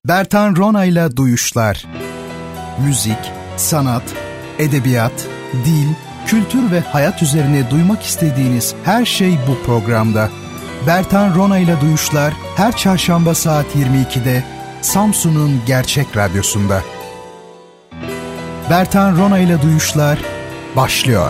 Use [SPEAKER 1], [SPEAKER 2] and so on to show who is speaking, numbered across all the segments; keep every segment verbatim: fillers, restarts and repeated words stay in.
[SPEAKER 1] Bertan Rona'yla Duyuşlar. Müzik, sanat, edebiyat, dil, kültür ve hayat üzerine duymak istediğiniz her şey bu programda. Bertan Rona'yla Duyuşlar her çarşamba saat yirmi ikide Samsun'un Gerçek Radyosu'nda. Bertan Rona'yla Duyuşlar başlıyor.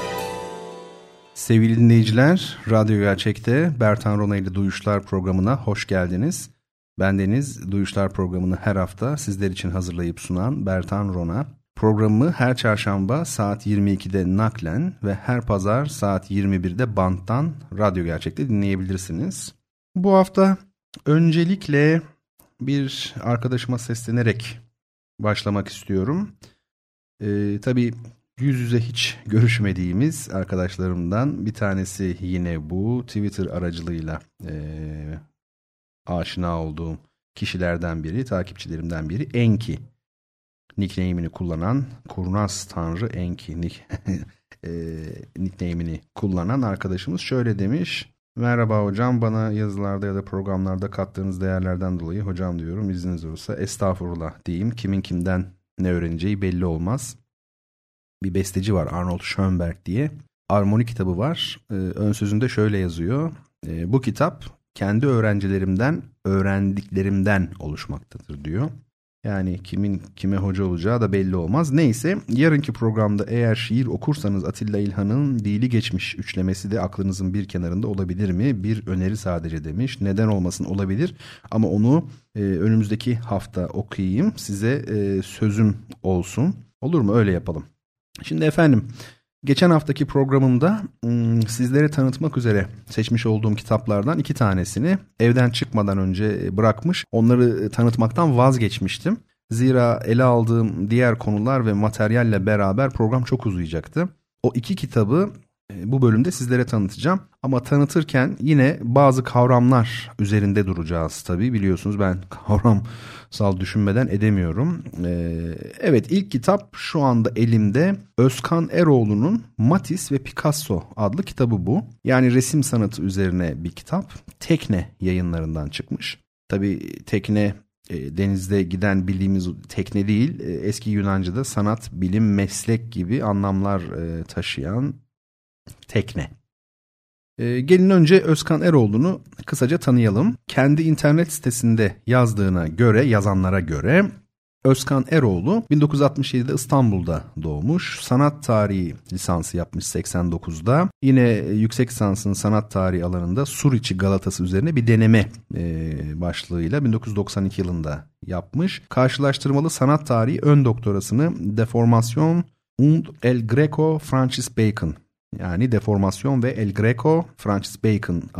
[SPEAKER 2] Sevgili dinleyiciler, Radyo Gerçek'te Bertan Rona'yla Duyuşlar programına hoş geldiniz. Bendeniz Duyuşlar programını her hafta sizler için hazırlayıp sunan Bertan Rona. Programı her çarşamba saat yirmi ikide naklen ve her pazar saat yirmi birde banttan Radyo Gerçek'te dinleyebilirsiniz. Bu hafta öncelikle bir arkadaşıma seslenerek başlamak istiyorum. Ee, tabii yüz yüze hiç görüşmediğimiz arkadaşlarımdan bir tanesi yine bu Twitter aracılığıyla ee, aşina olduğum kişilerden biri, takipçilerimden biri Enki. Nickname'ini kullanan, kurnaz tanrı Enki nick, e, nickname'ini kullanan arkadaşımız şöyle demiş. Merhaba hocam, bana yazılarda ya da programlarda kattığınız değerlerden dolayı hocam diyorum, izniniz olursa estağfurullah diyeyim. Kimin kimden ne öğreneceği belli olmaz. Bir besteci var, Arnold Schoenberg diye. Armoni kitabı var. Ee, ön sözünde şöyle yazıyor. Ee, bu kitap kendi öğrencilerimden, öğrendiklerimden oluşmaktadır diyor. Yani kimin kime hoca olacağı da belli olmaz. Neyse, yarınki programda eğer şiir okursanız Atilla İlhan'ın Dili Geçmiş üçlemesi de aklınızın bir kenarında olabilir mi? Bir öneri sadece demiş. Neden olmasın, olabilir. Ama onu e, önümüzdeki hafta okuyayım. Size e, sözüm olsun. Olur mu? Öyle yapalım. Şimdi efendim, geçen haftaki programımda sizlere tanıtmak üzere seçmiş olduğum kitaplardan iki tanesini evden çıkmadan önce bırakmış, onları tanıtmaktan vazgeçmiştim. Zira ele aldığım diğer konular ve materyalle beraber program çok uzayacaktı. O iki kitabı bu bölümde sizlere tanıtacağım. Ama tanıtırken yine bazı kavramlar üzerinde duracağız tabii. Biliyorsunuz ben kavramsal düşünmeden edemiyorum. Ee, evet, ilk kitap şu anda elimde. Özkan Eroğlu'nun Matisse ve Picasso adlı kitabı bu. Yani resim sanatı üzerine bir kitap. Tekne yayınlarından çıkmış. Tabii tekne e, denizde giden bildiğimiz tekne değil. E, eski Yunanca'da sanat, bilim, meslek gibi anlamlar e, taşıyan tekne. Ee, gelin önce Özkan Eroğlu'nu kısaca tanıyalım. Kendi internet sitesinde yazdığına göre, yazanlara göre Özkan Eroğlu bin dokuz yüz altmış yedide İstanbul'da doğmuş. Sanat tarihi lisansı yapmış seksen dokuzda. Yine yüksek lisansın sanat tarihi alanında Suriçi Galatası üzerine bir deneme e, başlığıyla bin dokuz yüz doksan iki yılında yapmış. Karşılaştırmalı sanat tarihi ön doktorasını Deformation und El Greco Francis Bacon, yani deformasyon ve El Greco Francis Bacon e,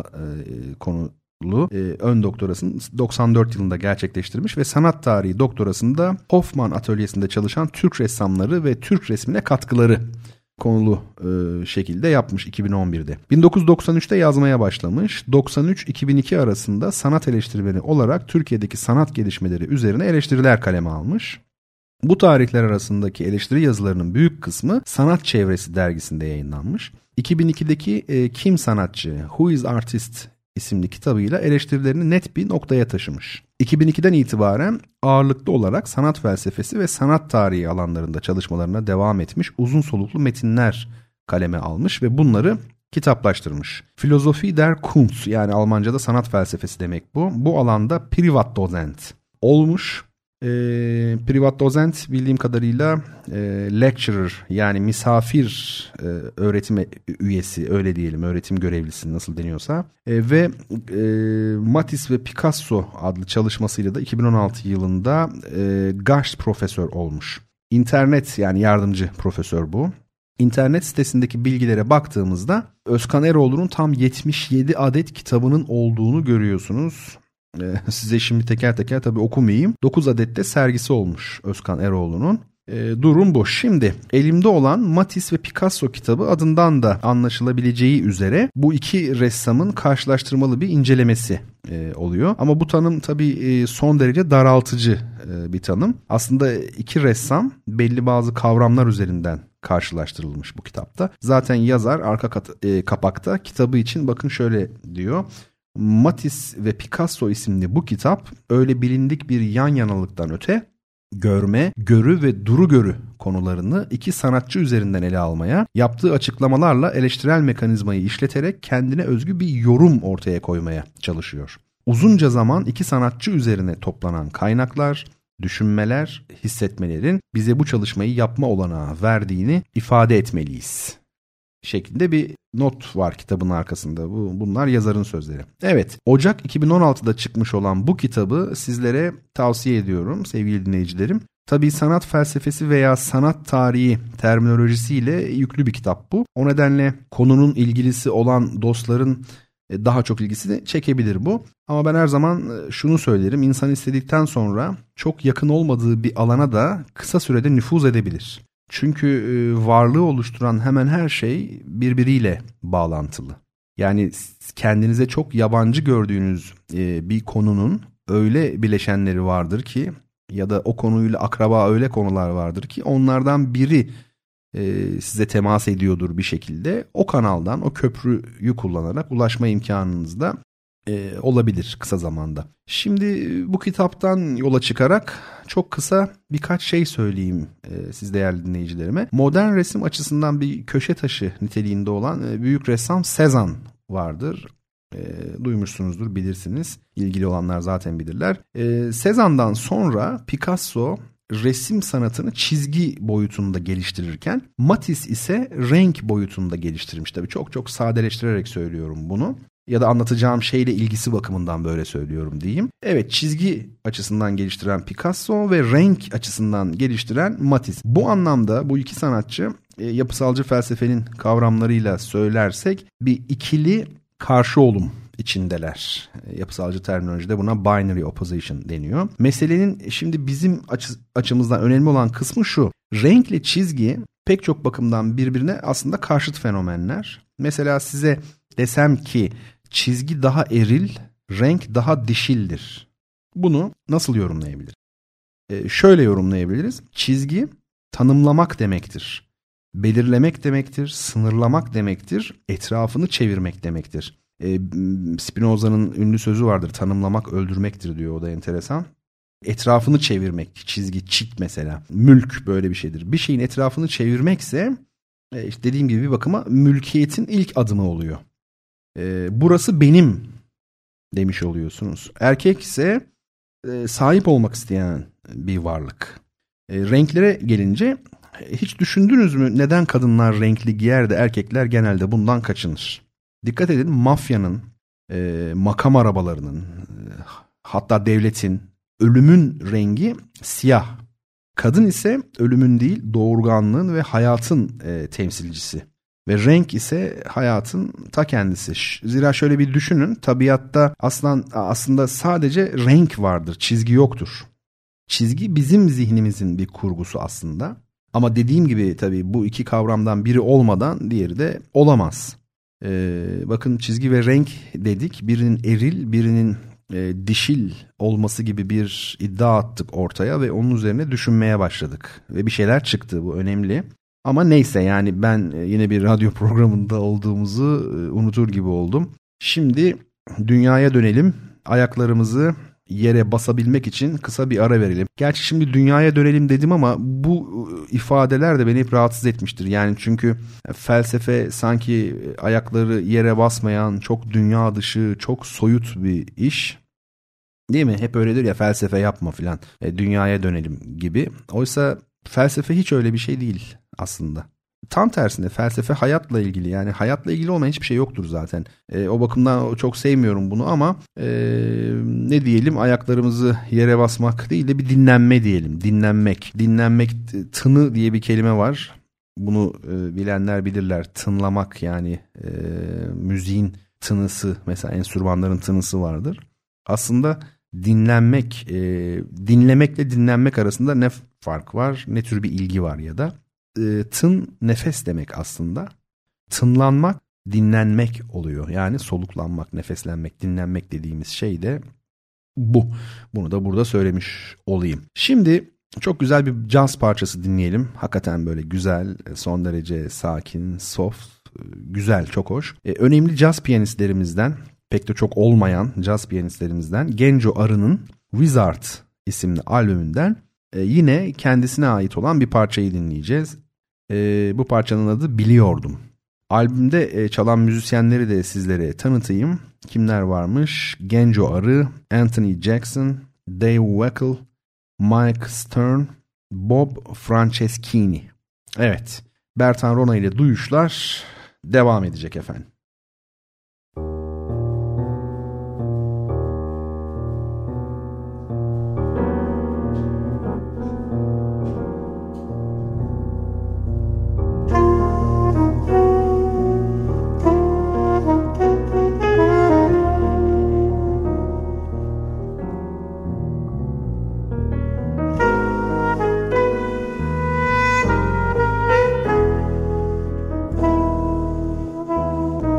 [SPEAKER 2] konulu e, ön doktorasını doksan dört yılında gerçekleştirmiş ve sanat tarihi doktorasında Hoffman Atölyesi'nde çalışan Türk ressamları ve Türk resmine katkıları konulu e, şekilde yapmış iki bin on birde. bin dokuz yüz doksan üçte yazmaya başlamış. doksan üç iki bin iki arasında sanat eleştirmeni olarak Türkiye'deki sanat gelişmeleri üzerine eleştiriler kaleme almış. Bu tarihler arasındaki eleştiri yazılarının büyük kısmı Sanat Çevresi dergisinde yayınlanmış. iki bin ikideki e, Kim Sanatçı, Who is Artist isimli kitabıyla eleştirilerini net bir noktaya taşımış. iki bin ikiden itibaren ağırlıklı olarak sanat felsefesi ve sanat tarihi alanlarında çalışmalarına devam etmiş, uzun soluklu metinler kaleme almış ve bunları kitaplaştırmış. Philosophie der Kunst, yani Almanca'da sanat felsefesi demek bu. Bu alanda Privatdozent olmuş. E, Privatdozent bildiğim kadarıyla e, lecturer, yani misafir e, öğretim üyesi, öyle diyelim, öğretim görevlisi nasıl deniyorsa e, ve e, Matisse ve Picasso adlı çalışmasıyla da iki bin on altı yılında e, Gast profesör olmuş. İnternet, yani yardımcı profesör bu. İnternet sitesindeki bilgilere baktığımızda Özkan Eroğlu'nun tam yetmiş yedi adet kitabının olduğunu görüyorsunuz. Size şimdi teker teker tabii okumayayım. dokuz adet de sergisi olmuş Özkan Eroğlu'nun. E, durum bu. Şimdi elimde olan Matisse ve Picasso kitabı adından da anlaşılabileceği üzere bu iki ressamın karşılaştırmalı bir incelemesi e, oluyor. Ama bu tanım tabii e, son derece daraltıcı e, bir tanım. Aslında iki ressam belli bazı kavramlar üzerinden karşılaştırılmış bu kitapta. Zaten yazar arka kat, e, kapakta kitabı için bakın şöyle diyor. Matisse ve Picasso isimli bu kitap öyle bilindik bir yan yanalıktan öte görme, görü ve duru görü konularını iki sanatçı üzerinden ele almaya, yaptığı açıklamalarla eleştirel mekanizmayı işleterek kendine özgü bir yorum ortaya koymaya çalışıyor. Uzunca zaman iki sanatçı üzerine toplanan kaynaklar, düşünmeler, hissetmelerin bize bu çalışmayı yapma olanağı verdiğini ifade etmeliyiz şeklinde bir not var kitabın arkasında. Bu, bunlar yazarın sözleri. Evet, Ocak iki bin on altıda çıkmış olan bu kitabı sizlere tavsiye ediyorum sevgili dinleyicilerim. Tabii sanat felsefesi veya sanat tarihi terminolojisiyle yüklü bir kitap bu. O nedenle konunun ilgilisi olan dostların daha çok ilgisini çekebilir bu. Ama ben her zaman şunu söylerim. İnsan istedikten sonra çok yakın olmadığı bir alana da kısa sürede nüfuz edebilir. Çünkü varlığı oluşturan hemen her şey birbiriyle bağlantılı. Yani kendinize çok yabancı gördüğünüz bir konunun öyle bileşenleri vardır ki ya da o konuyla akraba öyle konular vardır ki onlardan biri size temas ediyordur bir şekilde. O kanaldan, o köprüyü kullanarak ulaşma imkanınız da olabilir kısa zamanda. Şimdi bu kitaptan yola çıkarak çok kısa birkaç şey söyleyeyim e, siz değerli dinleyicilerime. Modern resim açısından bir köşe taşı niteliğinde olan e, büyük ressam Cézanne vardır. E, duymuşsunuzdur, bilirsiniz. İlgili olanlar zaten bilirler. E, Cézanne'dan sonra Picasso resim sanatını çizgi boyutunda geliştirirken Matisse ise renk boyutunda geliştirmiş. Tabii çok çok sadeleştirerek söylüyorum bunu. Ya da anlatacağım şeyle ilgisi bakımından böyle söylüyorum diyeyim. Evet, çizgi açısından geliştiren Picasso ve renk açısından geliştiren Matisse. Bu anlamda bu iki sanatçı e, yapısalcı felsefenin kavramlarıyla söylersek bir ikili karşı olum içindeler. E, yapısalcı terminolojide buna binary opposition deniyor. Meselenin şimdi bizim açı, açımızdan önemli olan kısmı şu. Renkle çizgi pek çok bakımdan birbirine aslında karşıt fenomenler. Mesela size desem ki çizgi daha eril, renk daha dişildir. Bunu nasıl yorumlayabiliriz? Ee, şöyle yorumlayabiliriz. Çizgi tanımlamak demektir. Belirlemek demektir, sınırlamak demektir, etrafını çevirmek demektir. Ee, Spinoza'nın ünlü sözü vardır. Tanımlamak öldürmektir diyor, o da enteresan. Etrafını çevirmek, çizgi, çit mesela. Mülk böyle bir şeydir. Bir şeyin etrafını çevirmekse işte dediğim gibi bir bakıma mülkiyetin ilk adımı oluyor. Ee, burası benim demiş oluyorsunuz. Erkek ise e, sahip olmak isteyen bir varlık. E, renklere gelince hiç düşündünüz mü neden kadınlar renkli giyer de erkekler genelde bundan kaçınır? Dikkat edin, mafyanın, e, makam arabalarının, e, hatta devletin, ölümün rengi siyah. Kadın ise ölümün değil doğurganlığın ve hayatın e, temsilcisi. Ve renk ise hayatın ta kendisi. Zira şöyle bir düşünün, tabiatta aslında, aslında sadece renk vardır, çizgi yoktur. Çizgi bizim zihnimizin bir kurgusu aslında. Ama dediğim gibi tabii bu iki kavramdan biri olmadan diğeri de olamaz. Ee, bakın çizgi ve renk dedik, birinin eril, birinin e, dişil olması gibi bir iddia attık ortaya ve onun üzerine düşünmeye başladık. Ve bir şeyler çıktı, bu önemli. Ama neyse, yani ben yine bir radyo programında olduğumuzu unutur gibi oldum. Şimdi dünyaya dönelim. Ayaklarımızı yere basabilmek için kısa bir ara verelim. Gerçi şimdi dünyaya dönelim dedim ama bu ifadeler de beni hep rahatsız etmiştir. Yani çünkü felsefe sanki ayakları yere basmayan, çok dünya dışı, çok soyut bir iş. Değil mi? Hep öyledir ya, felsefe yapma filan. E, dünyaya dönelim gibi. Oysa felsefe hiç öyle bir şey değil aslında. Tam tersine felsefe hayatla ilgili, yani hayatla ilgili olmayan hiçbir şey yoktur zaten. E, o bakımdan çok sevmiyorum bunu ama e, ne diyelim, ayaklarımızı yere basmak değil de bir dinlenme diyelim. Dinlenmek. Dinlenmek, tını diye bir kelime var. Bunu e, bilenler bilirler. Tınlamak, yani e, müziğin tınısı, mesela enstrümanların tınısı vardır. Aslında dinlenmek, e, dinlemekle dinlenmek arasında ne fark var, ne tür bir ilgi var ya da e, tın nefes demek aslında. Tınlanmak dinlenmek oluyor. Yani soluklanmak, nefeslenmek, dinlenmek dediğimiz şey de bu. Bunu da burada söylemiş olayım. Şimdi çok güzel bir caz parçası dinleyelim. Hakikaten böyle güzel, son derece sakin, soft, güzel, çok hoş. E, önemli caz piyanistlerimizden pek de çok olmayan caz piyanistlerimizden Genco Arı'nın Wizard isimli albümünden e, yine kendisine ait olan bir parçayı dinleyeceğiz. E, bu parçanın adı Biliyordum. Albümde e, çalan müzisyenleri de sizlere tanıtayım. Kimler varmış? Genco Arı, Anthony Jackson, Dave Weckl, Mike Stern, Bob Franceschini. Evet, Bertan Rona ile Duyuşlar devam edecek efendim.
[SPEAKER 3] Thank you.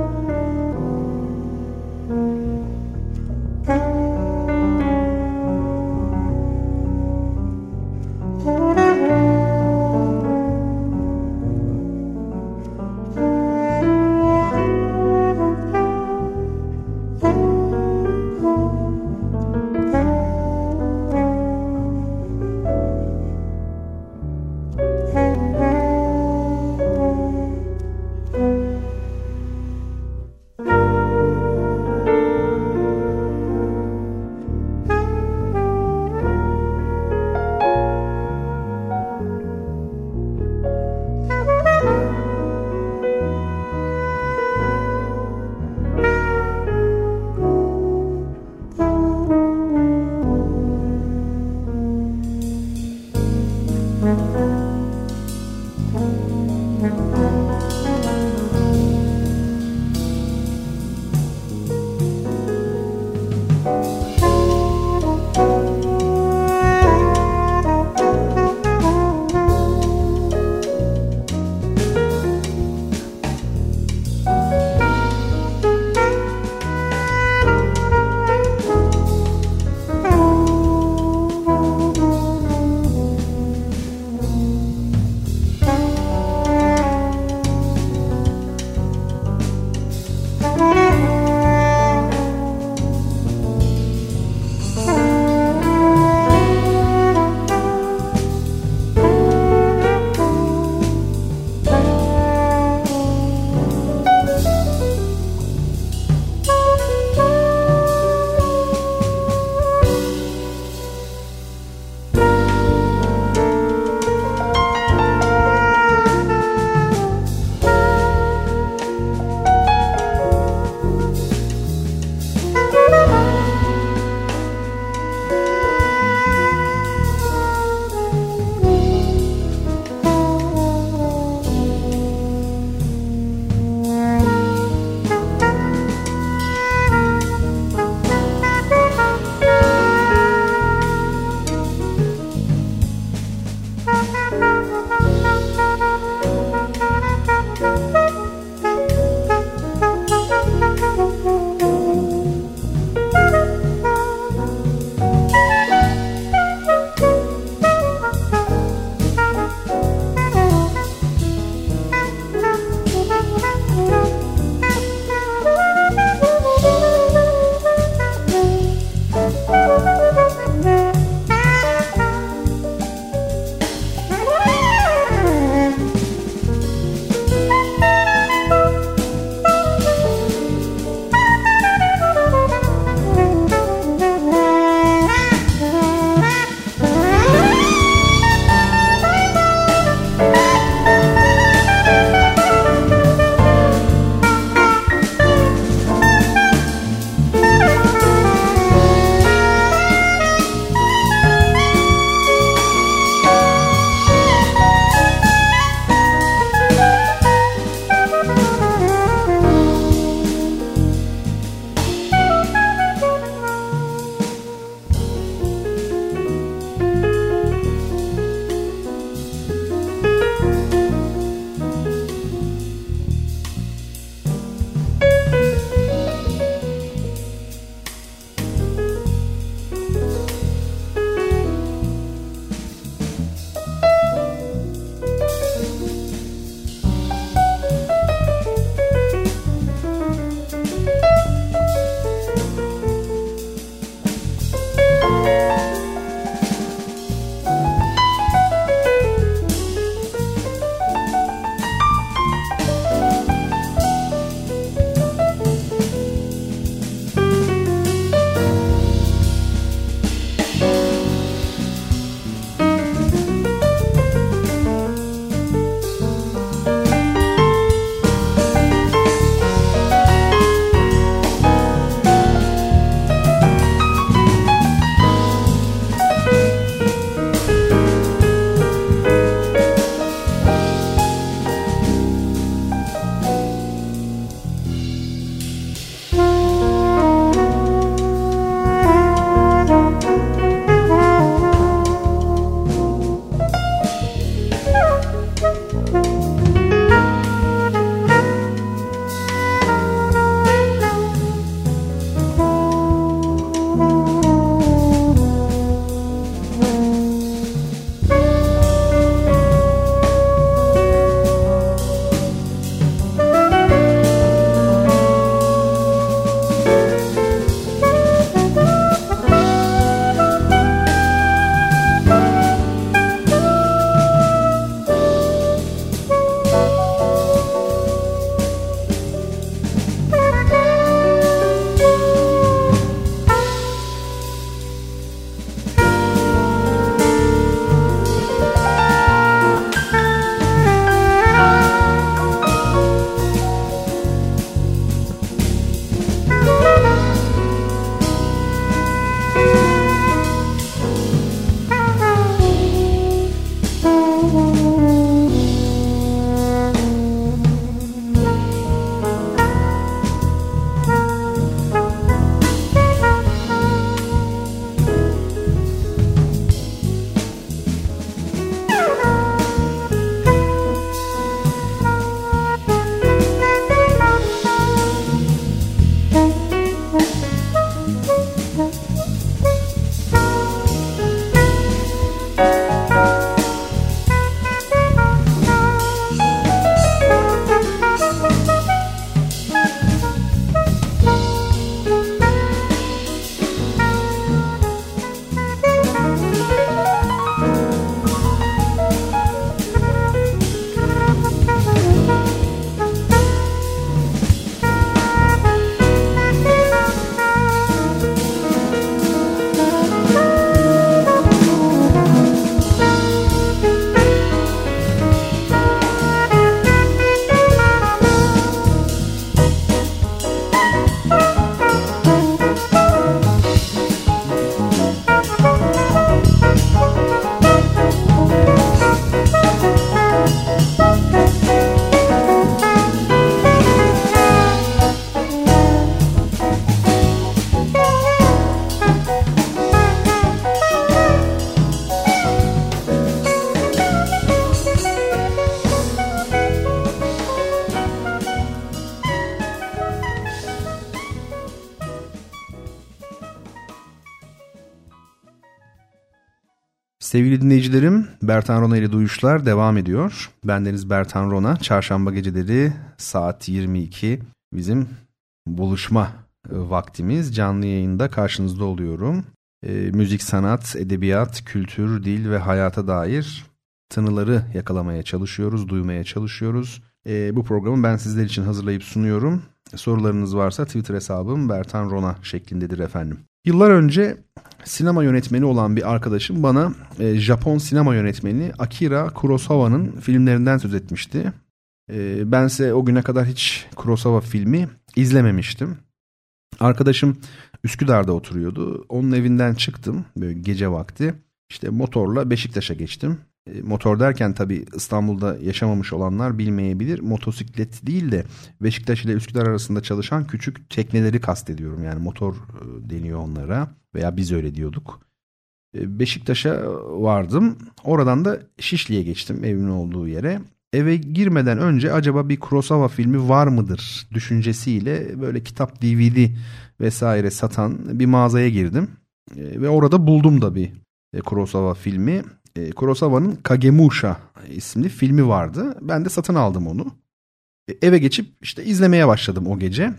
[SPEAKER 2] Sevgili dinleyicilerim, Bertan Rona ile Duyuşlar devam ediyor. Bendeniz Bertan Rona. Çarşamba geceleri saat yirmi iki bizim buluşma vaktimiz. Canlı yayında karşınızda oluyorum. E, müzik, sanat, edebiyat, kültür, dil ve hayata dair tınıları yakalamaya çalışıyoruz, duymaya çalışıyoruz. E, bu programı ben sizler için hazırlayıp sunuyorum. Sorularınız varsa Twitter hesabım Bertan Rona şeklindedir efendim. Yıllar önce sinema yönetmeni olan bir arkadaşım bana e, Japon sinema yönetmeni Akira Kurosawa'nın filmlerinden söz etmişti. E, bense o güne kadar hiç Kurosawa filmi izlememiştim. Arkadaşım Üsküdar'da oturuyordu. Onun evinden çıktım böyle gece vakti. İşte motorla Beşiktaş'a geçtim. E, motor derken tabii İstanbul'da yaşamamış olanlar bilmeyebilir. Motosiklet değil de Beşiktaş ile Üsküdar arasında çalışan küçük tekneleri kastediyorum. Yani motor e, deniyor onlara veya biz öyle diyorduk. E, Beşiktaş'a vardım. Oradan da Şişli'ye geçtim, evimin olduğu yere. Eve girmeden önce acaba bir Kurosawa filmi var mıdır düşüncesiyle böyle kitap, D V D vesaire satan bir mağazaya girdim. E, ve orada buldum da bir e, Kurosawa filmi. E, Kurosawa'nın Kagemusha isimli filmi vardı. Ben de satın aldım onu. E, eve geçip işte izlemeye başladım o gece.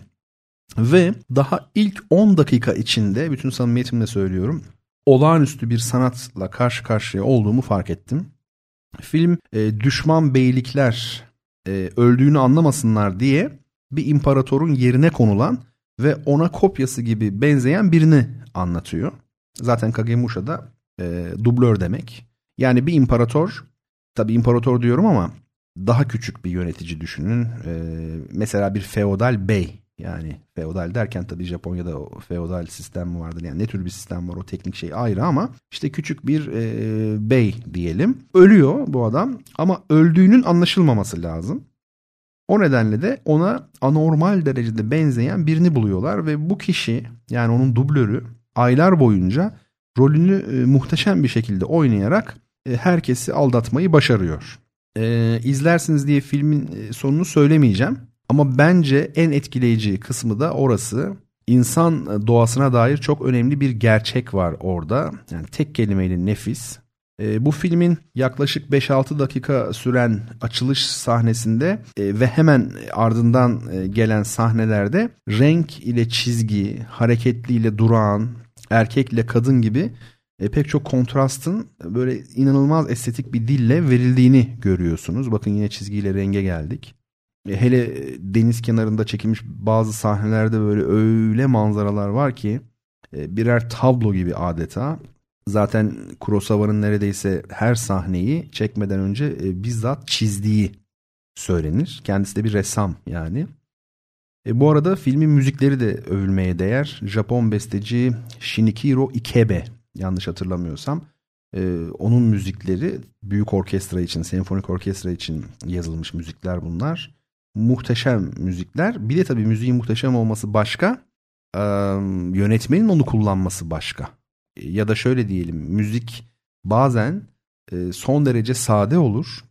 [SPEAKER 2] Ve daha ilk on dakika içinde, bütün samimiyetimle söylüyorum, olağanüstü bir sanatla karşı karşıya olduğumu fark ettim. Film e, düşman beylikler e, öldüğünü anlamasınlar diye bir imparatorun yerine konulan ve ona kopyası gibi benzeyen birini anlatıyor. Zaten Kagemusha da e, dublör demek. Yani bir imparator, tabii imparator diyorum ama daha küçük bir yönetici düşünün. Ee, mesela bir feodal bey, yani feodal derken tabii Japonya'da o feodal sistem mi vardır? Yani ne tür bir sistem var, o teknik şey ayrı ama işte küçük bir e, bey diyelim. Ölüyor bu adam ama öldüğünün anlaşılmaması lazım. O nedenle de ona anormal derecede benzeyen birini buluyorlar ve bu kişi, yani onun dublörü, aylar boyunca rolünü e, muhteşem bir şekilde oynayarak e, herkesi aldatmayı başarıyor. E, izlersiniz diye filmin e, sonunu söylemeyeceğim. Ama bence en etkileyici kısmı da orası. İnsan doğasına dair çok önemli bir gerçek var orada. Yani tek kelimeyle nefis. E, bu filmin yaklaşık beş altı dakika süren açılış sahnesinde e, ve hemen ardından e, gelen sahnelerde renk ile çizgi, hareketli ile durağan, erkekle kadın gibi e, pek çok kontrastın böyle inanılmaz estetik bir dille verildiğini görüyorsunuz. Bakın yine çizgiyle renge geldik. E, hele deniz kenarında çekilmiş bazı sahnelerde böyle öyle manzaralar var ki e, birer tablo gibi adeta. Zaten Kurosawa'nın neredeyse her sahneyi çekmeden önce e, bizzat çizdiği söylenir. Kendisi de bir ressam yani. E, bu arada filmin müzikleri de övülmeye değer. Japon besteci Shinichiro Ikebe, yanlış hatırlamıyorsam, e, onun müzikleri büyük orkestra için, senfonik orkestra için yazılmış müzikler bunlar. Muhteşem müzikler. Bir de tabii müziğin muhteşem olması başka, e, yönetmenin onu kullanması başka. E, ya da şöyle diyelim, müzik bazen e, son derece sade olur.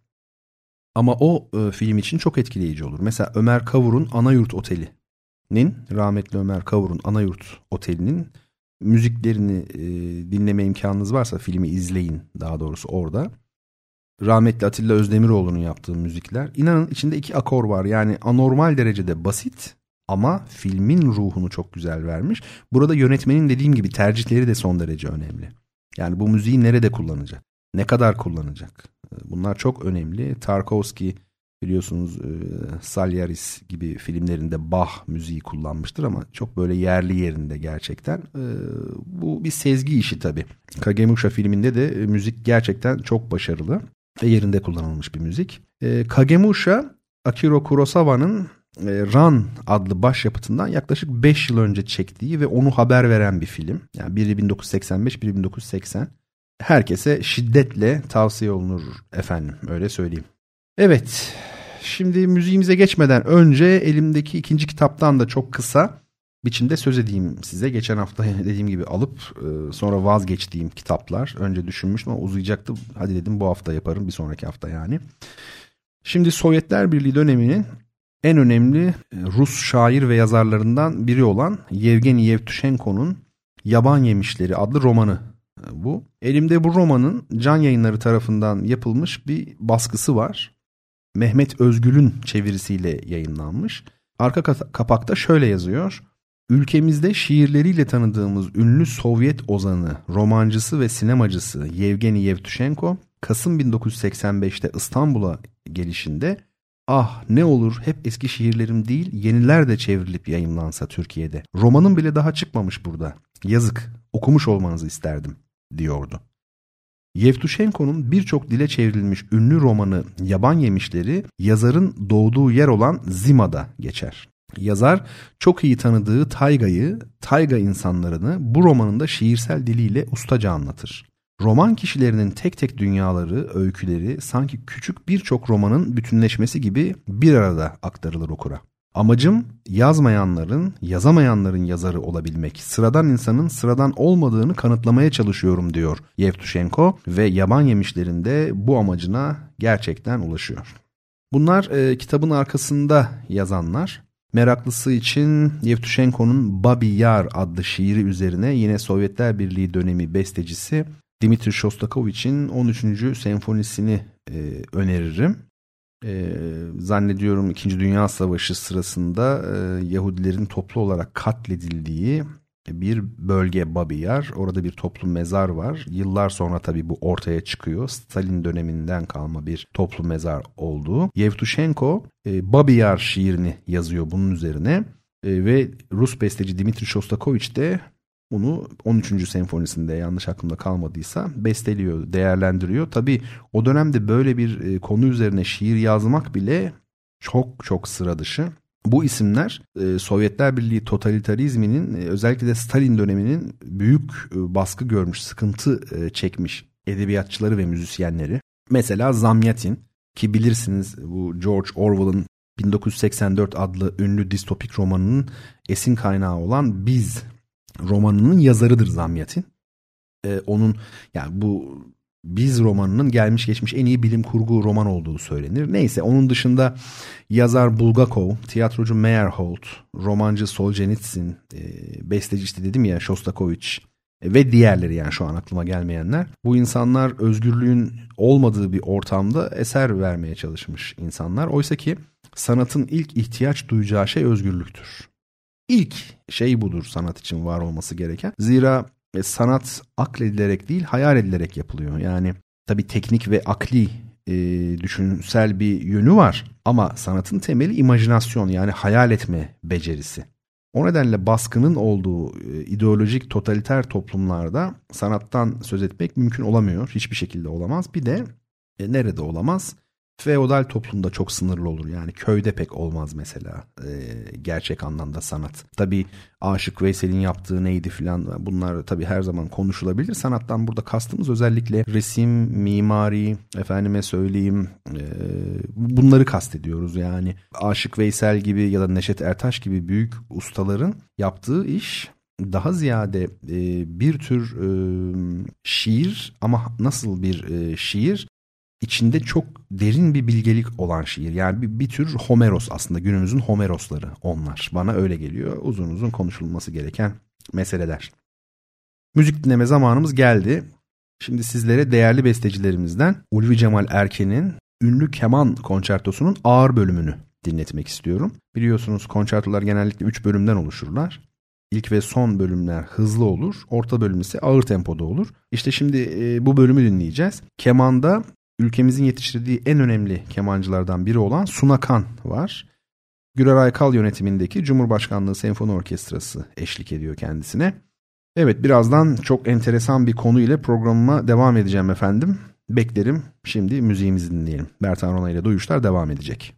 [SPEAKER 2] Ama o e, film için çok etkileyici olur. Mesela Ömer Kavur'un Anayurt Oteli'nin, rahmetli Ömer Kavur'un Anayurt Oteli'nin müziklerini e, dinleme imkanınız varsa filmi izleyin, daha doğrusu orada. Rahmetli Atilla Özdemiroğlu'nun yaptığı müzikler. İnanın içinde iki akor var. Yani anormal derecede basit ama filmin ruhunu çok güzel vermiş. Burada yönetmenin dediğim gibi tercihleri de son derece önemli. Yani bu müziği nerede kullanacak? Ne kadar kullanacak? Bunlar çok önemli. Tarkovski biliyorsunuz Saliaris gibi filmlerinde Bach müziği kullanmıştır ama çok böyle yerli yerinde gerçekten. Bu bir sezgi işi tabii. Kagemusha filminde de müzik gerçekten çok başarılı ve yerinde kullanılmış bir müzik. Kagemusha, Akira Kurosawa'nın Run adlı başyapıtından yaklaşık beş yıl önce çektiği ve onu haber veren bir film. Yani biri bin dokuz yüz seksen beş, biri bin dokuz yüz seksen. Herkese şiddetle tavsiye olunur efendim, öyle söyleyeyim. Evet, şimdi müziğimize geçmeden önce elimdeki ikinci kitaptan da çok kısa biçimde söz edeyim size. Geçen hafta dediğim gibi alıp sonra vazgeçtiğim kitaplar. Önce düşünmüştüm ama uzayacaktı. Hadi dedim bu hafta yaparım, bir sonraki hafta yani. Şimdi Sovyetler Birliği döneminin en önemli Rus şair ve yazarlarından biri olan Yevgeni Yevtushenko'nun Yaban Yemişleri adlı romanı bu. Elimde bu romanın Can Yayınları tarafından yapılmış bir baskısı var. Mehmet Özgül'ün çevirisiyle yayınlanmış. Arka kapakta şöyle yazıyor. Ülkemizde şiirleriyle tanıdığımız ünlü Sovyet ozanı, romancısı ve sinemacısı Yevgeni Yevtushenko, Kasım bin dokuz yüz seksen beşte İstanbul'a gelişinde "Ah ne olur hep eski şiirlerim değil, yeniler de çevrilip yayımlansa Türkiye'de. Romanım bile daha çıkmamış burada. Yazık, okumuş olmanızı isterdim," diyordu. Yevtushenko'nun birçok dile çevrilmiş ünlü romanı Yaban Yemişleri, yazarın doğduğu yer olan Zima'da geçer. Yazar çok iyi tanıdığı taygayı, tayga insanlarını bu romanında şiirsel diliyle ustaca anlatır. Roman kişilerinin tek tek dünyaları, öyküleri sanki küçük birçok romanın bütünleşmesi gibi bir arada aktarılır okura. Amacım yazmayanların, yazamayanların yazarı olabilmek, sıradan insanın sıradan olmadığını kanıtlamaya çalışıyorum diyor Yevtushenko ve Yaban Yemişlerinde bu amacına gerçekten ulaşıyor. Bunlar e, kitabın arkasında yazanlar. Meraklısı için Yevtushenko'nun Babi Yar adlı şiiri üzerine yine Sovyetler Birliği dönemi bestecisi Dmitri Shostakovich'in on üçüncü senfonisini e, öneririm. E, zannediyorum İkinci Dünya Savaşı sırasında e, Yahudilerin toplu olarak katledildiği bir bölge Babi Yar. Orada bir toplu mezar var. Yıllar sonra tabii bu ortaya çıkıyor. Stalin döneminden kalma bir toplu mezar olduğu. Yevtushenko e, Babi Yar şiirini yazıyor bunun üzerine. E, ve Rus besteci Dmitri Shostakovich de bunu on üçüncü senfonisinde yanlış aklımda kalmadıysa besteliyor, değerlendiriyor. Tabii o dönemde böyle bir e, konu üzerine şiir yazmak bile çok çok sıra dışı. Bu isimler e, Sovyetler Birliği totalitarizminin e, özellikle de Stalin döneminin büyük e, baskı görmüş, sıkıntı e, çekmiş edebiyatçıları ve müzisyenleri. Mesela Zamyatin, ki bilirsiniz bu George Orwell'ın bin dokuz yüz seksen dört adlı ünlü distopik romanının esin kaynağı olan Biz romanının yazarıdır Zamyatin. E, onun yani bu Biz romanının gelmiş geçmiş en iyi bilim kurgu roman olduğu söylenir. Neyse, onun dışında yazar Bulgakov, tiyatrocu Meyerhold, romancı Solzhenitsyn, e, besteci işte dedim ya Shostakovich e, ve diğerleri, yani şu an aklıma gelmeyenler. Bu insanlar özgürlüğün olmadığı bir ortamda eser vermeye çalışmış insanlar. Oysa ki sanatın ilk ihtiyaç duyacağı şey özgürlüktür. İlk şey budur sanat için var olması gereken. Zira E, sanat akledilerek değil, hayal edilerek yapılıyor. Yani tabii teknik ve akli e, düşünsel bir yönü var. Ama sanatın temeli imajinasyon, yani hayal etme becerisi. O nedenle baskının olduğu e, ideolojik totaliter toplumlarda sanattan söz etmek mümkün olamıyor. Hiçbir şekilde olamaz. Bir de e, nerede olamaz? Feodal toplumda çok sınırlı olur. Yani köyde pek olmaz mesela e, gerçek anlamda sanat. Tabii Aşık Veysel'in yaptığı neydi filan, bunlar tabii her zaman konuşulabilir. Sanattan burada kastımız özellikle resim, mimari, efendime söyleyeyim e, bunları kastediyoruz. Yani Aşık Veysel gibi ya da Neşet Ertaş gibi büyük ustaların yaptığı iş daha ziyade e, bir tür e, şiir, ama nasıl bir e, şiir? İçinde çok derin bir bilgelik olan şiir. Yani bir, bir tür Homeros aslında. Günümüzün Homerosları onlar. Bana öyle geliyor. Uzun uzun konuşulması gereken meseleler. Müzik dinleme zamanımız geldi. Şimdi sizlere değerli bestecilerimizden Ulvi Cemal Erken'in ünlü keman konçertosunun ağır bölümünü dinletmek istiyorum. Biliyorsunuz konçertolar genellikle üç bölümden oluşurlar. İlk ve son bölümler hızlı olur. Orta bölüm ise ağır tempoda olur. İşte şimdi e, bu bölümü dinleyeceğiz. Kemanda ülkemizin yetiştirdiği en önemli kemancılardan biri olan Suna Kan var. Güler Aykal yönetimindeki Cumhurbaşkanlığı Senfoni Orkestrası eşlik ediyor kendisine. Evet, birazdan çok enteresan bir konu ile programıma devam edeceğim efendim. Beklerim. Şimdi müziğimizi dinleyelim. Bertan Rona ile Duyuşlar devam edecek.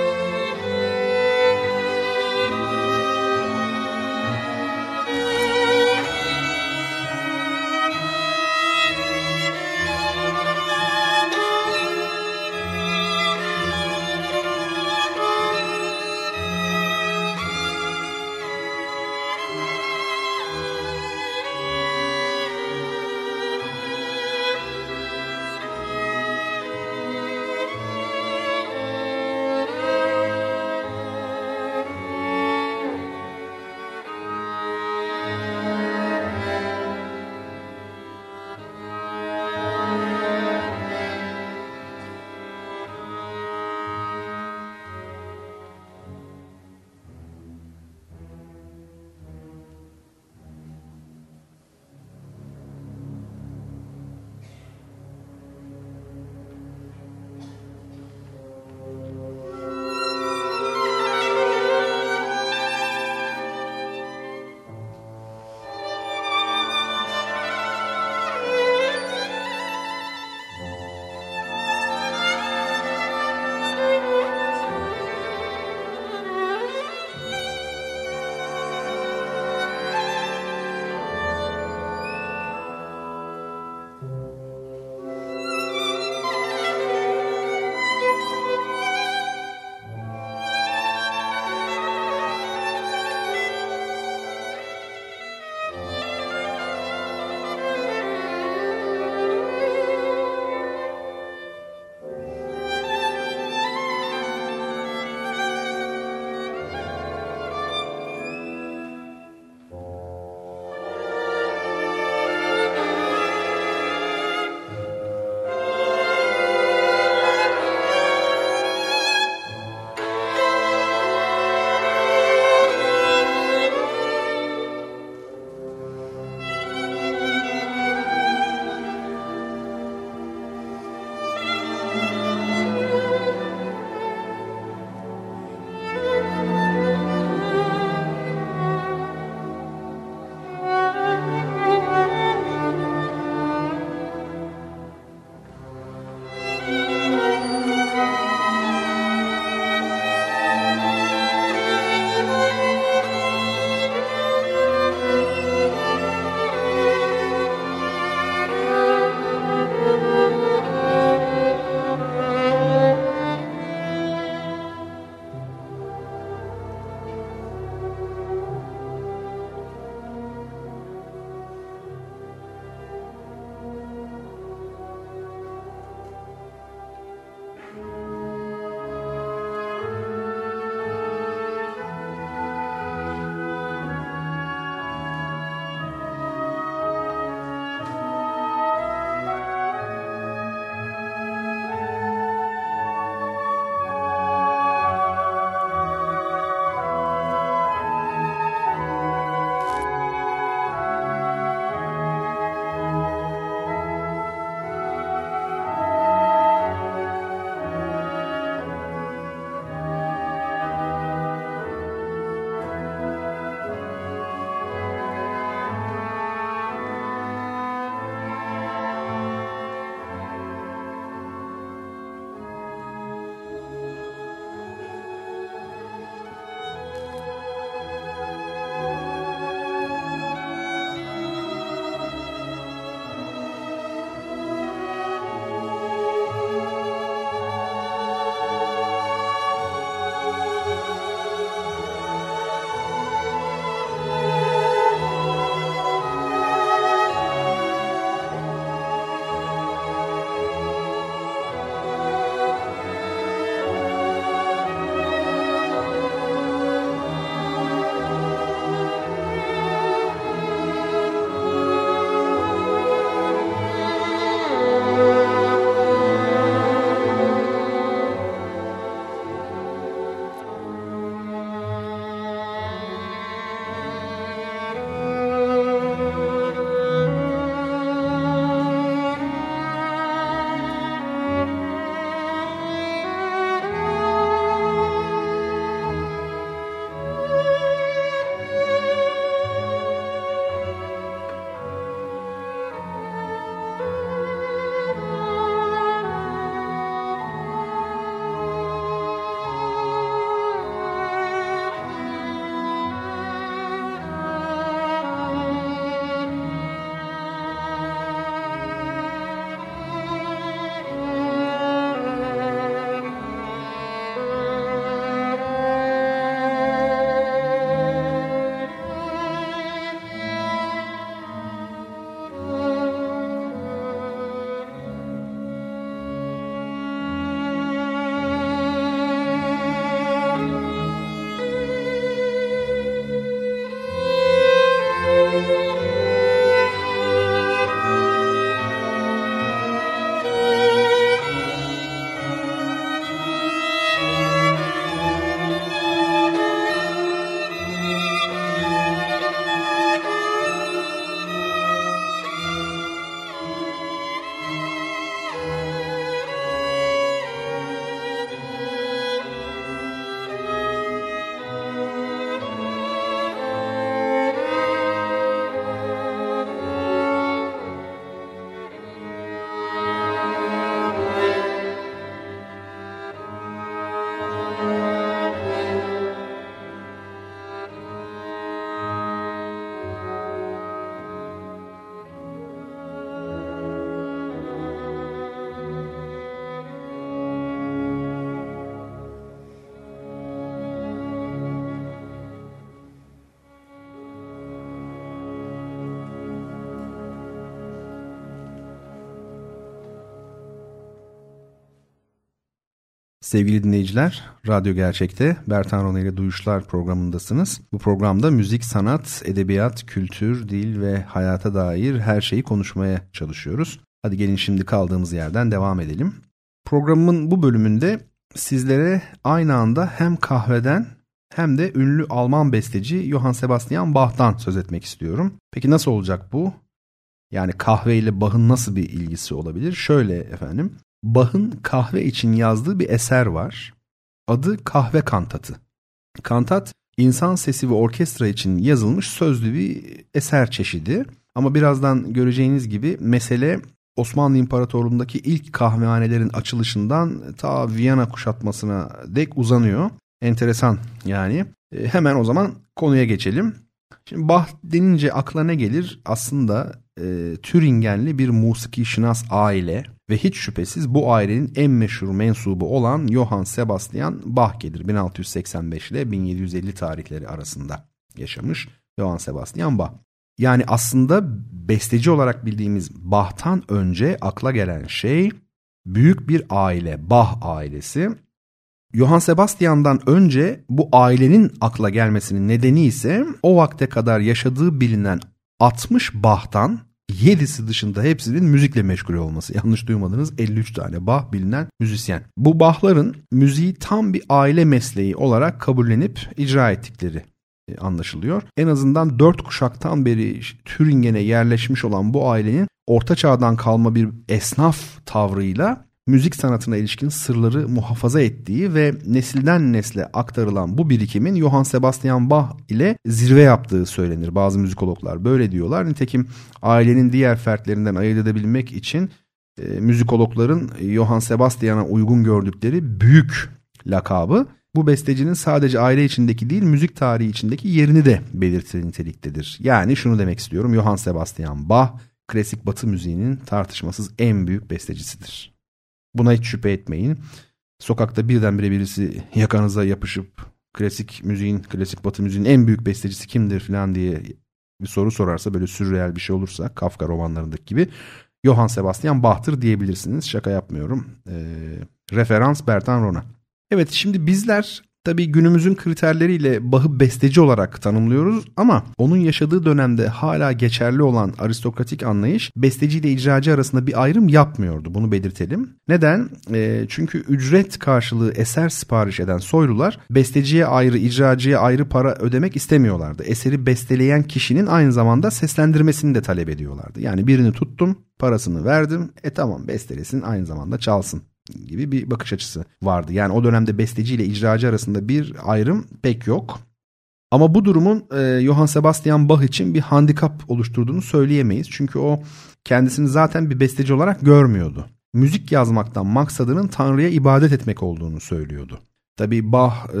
[SPEAKER 2] Sevgili dinleyiciler, Radyo Gerçek'te Bertan Rona ile Duyuşlar programındasınız. Bu programda müzik, sanat, edebiyat, kültür, dil ve hayata dair her şeyi konuşmaya çalışıyoruz. Hadi gelin şimdi kaldığımız yerden devam edelim. Programımın bu bölümünde sizlere aynı anda hem kahveden hem de ünlü Alman besteci Johann Sebastian Bach'tan söz etmek istiyorum. Peki nasıl olacak bu? Yani kahve ile Bach'ın nasıl bir ilgisi olabilir? Şöyle efendim. Bach'ın kahve için yazdığı bir eser var. Adı Kahve Kantatı. Kantat, insan sesi ve orkestra için yazılmış sözlü bir eser çeşidi. Ama birazdan göreceğiniz gibi mesele Osmanlı İmparatorluğu'ndaki ilk kahvehanelerin açılışından ta Viyana kuşatmasına dek uzanıyor. Enteresan yani. E, hemen o zaman konuya geçelim. Şimdi Bach denince akla ne gelir? Aslında e, Türingenli bir musikişinas aile ve hiç şüphesiz bu ailenin en meşhur mensubu olan Johann Sebastian Bach gelir. bin altı yüz seksen beş ile bin yedi yüz elli tarihleri arasında yaşamış Johann Sebastian Bach. Yani aslında besteci olarak bildiğimiz Bach'tan önce akla gelen şey büyük bir aile, Bach ailesi. Johann Sebastian'dan önce bu ailenin akla gelmesinin nedeni ise o vakte kadar yaşadığı bilinen altmış Bach'tan yedisi dışında hepsinin müzikle meşgul olması. Yanlış duymadınız, elli üç tane Bach bilinen müzisyen. Bu Bach'ların müziği tam bir aile mesleği olarak kabullenip icra ettikleri anlaşılıyor. En azından dört kuşaktan beri Türingen'e yerleşmiş olan bu ailenin Orta Çağ'dan kalma bir esnaf tavrıyla müzik sanatına ilişkin sırları muhafaza ettiği ve nesilden nesle aktarılan bu birikimin Johann Sebastian Bach ile zirve yaptığı söylenir. Bazı müzikologlar böyle diyorlar. Nitekim ailenin diğer fertlerinden ayırt edebilmek için e, müzikologların Johann Sebastian'a uygun gördükleri büyük lakabı bu bestecinin sadece aile içindeki değil müzik tarihi içindeki yerini de belirtir niteliktedir. Yani şunu demek istiyorum, Johann Sebastian Bach klasik Batı müziğinin tartışmasız en büyük bestecisidir. Buna hiç şüphe etmeyin. Sokakta birdenbire birisi yakanıza yapışıp klasik müziğin, klasik Batı müziğin en büyük bestecisi kimdir falan diye bir soru sorarsa, böyle sürreel bir şey olursa Kafka romanlarındaki gibi Johann Sebastian Bach'tır diyebilirsiniz. Şaka yapmıyorum. Ee, referans Bertan Rona. Evet, şimdi bizler tabii günümüzün kriterleriyle Bach'ı besteci olarak tanımlıyoruz ama onun yaşadığı dönemde hala geçerli olan aristokratik anlayış besteci ile icracı arasında bir ayrım yapmıyordu. Bunu belirtelim. Neden? E, çünkü ücret karşılığı eser sipariş eden soylular besteciye ayrı, icracıya ayrı para ödemek istemiyorlardı. Eseri besteleyen kişinin aynı zamanda seslendirmesini de talep ediyorlardı. Yani birini tuttum, parasını verdim, e tamam bestelesin, aynı zamanda çalsın gibi bir bakış açısı vardı. Yani o dönemde besteci ile icracı arasında bir ayrım pek yok. Ama bu durumun e, Johann Sebastian Bach için bir handikap oluşturduğunu söyleyemeyiz. Çünkü o kendisini zaten bir besteci olarak görmüyordu. Müzik yazmaktan maksadının Tanrı'ya ibadet etmek olduğunu söylüyordu. Tabii Bach e,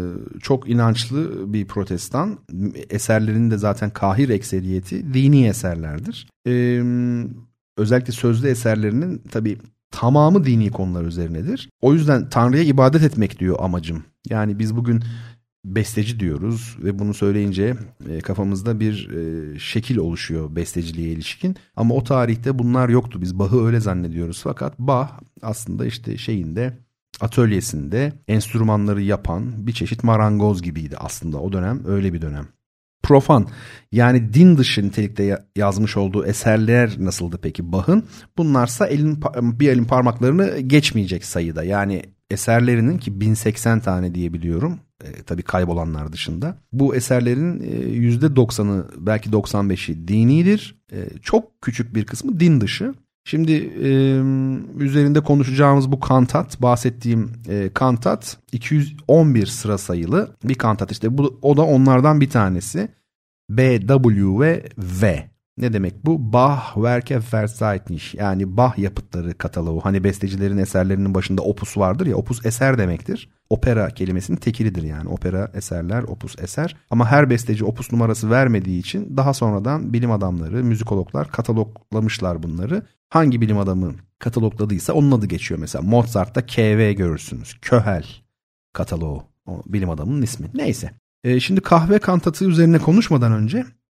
[SPEAKER 2] çok inançlı bir protestan. Eserlerinin de zaten kahir ekseriyeti dini eserlerdir. E, özellikle sözlü eserlerinin tabii tamamı dini konular üzerinedir. O yüzden Tanrı'ya ibadet etmek diyor amacım. Yani biz bugün besteci diyoruz ve bunu söyleyince e, kafamızda bir e, şekil oluşuyor besteciliğe ilişkin. Ama o tarihte bunlar yoktu. Biz Bach'ı öyle zannediyoruz. Fakat Bach aslında işte şeyinde, atölyesinde enstrümanları yapan bir çeşit marangoz gibiydi aslında. O dönem öyle bir dönem. Profan, yani din dışı nitelikte yazmış olduğu eserler nasıldı peki Bach'ın? Bunlarsa elin, bir elin parmaklarını geçmeyecek sayıda. Yani eserlerinin, ki bin seksen tane diye biliyorum, e, tabii kaybolanlar dışında. Bu eserlerin e, yüzde doksanı, belki doksan beşi dinidir. E, çok küçük bir kısmı din dışı. Şimdi e, üzerinde konuşacağımız bu kantat, bahsettiğim e, kantat iki yüz on bir sıra sayılı bir kantat. İşte bu, o da onlardan bir tanesi. B, W ve V. Ne demek bu? Bach Werke Verzeichnis, yani Bach yapıtları kataloğu. Hani bestecilerin eserlerinin başında opus vardır ya, opus eser demektir. Opera kelimesinin tekilidir yani. Opera eserler, opus eser. Ama her besteci opus numarası vermediği için daha sonradan bilim adamları, müzikologlar kataloglamışlar bunları. Hangi bilim adamı katalogladıysa onun adı geçiyor. Mesela Mozart'ta K V görürsünüz. Köhel kataloğu. O bilim adamının ismi. Neyse. Ee, şimdi kahve kantatı üzerine konuşmadan önce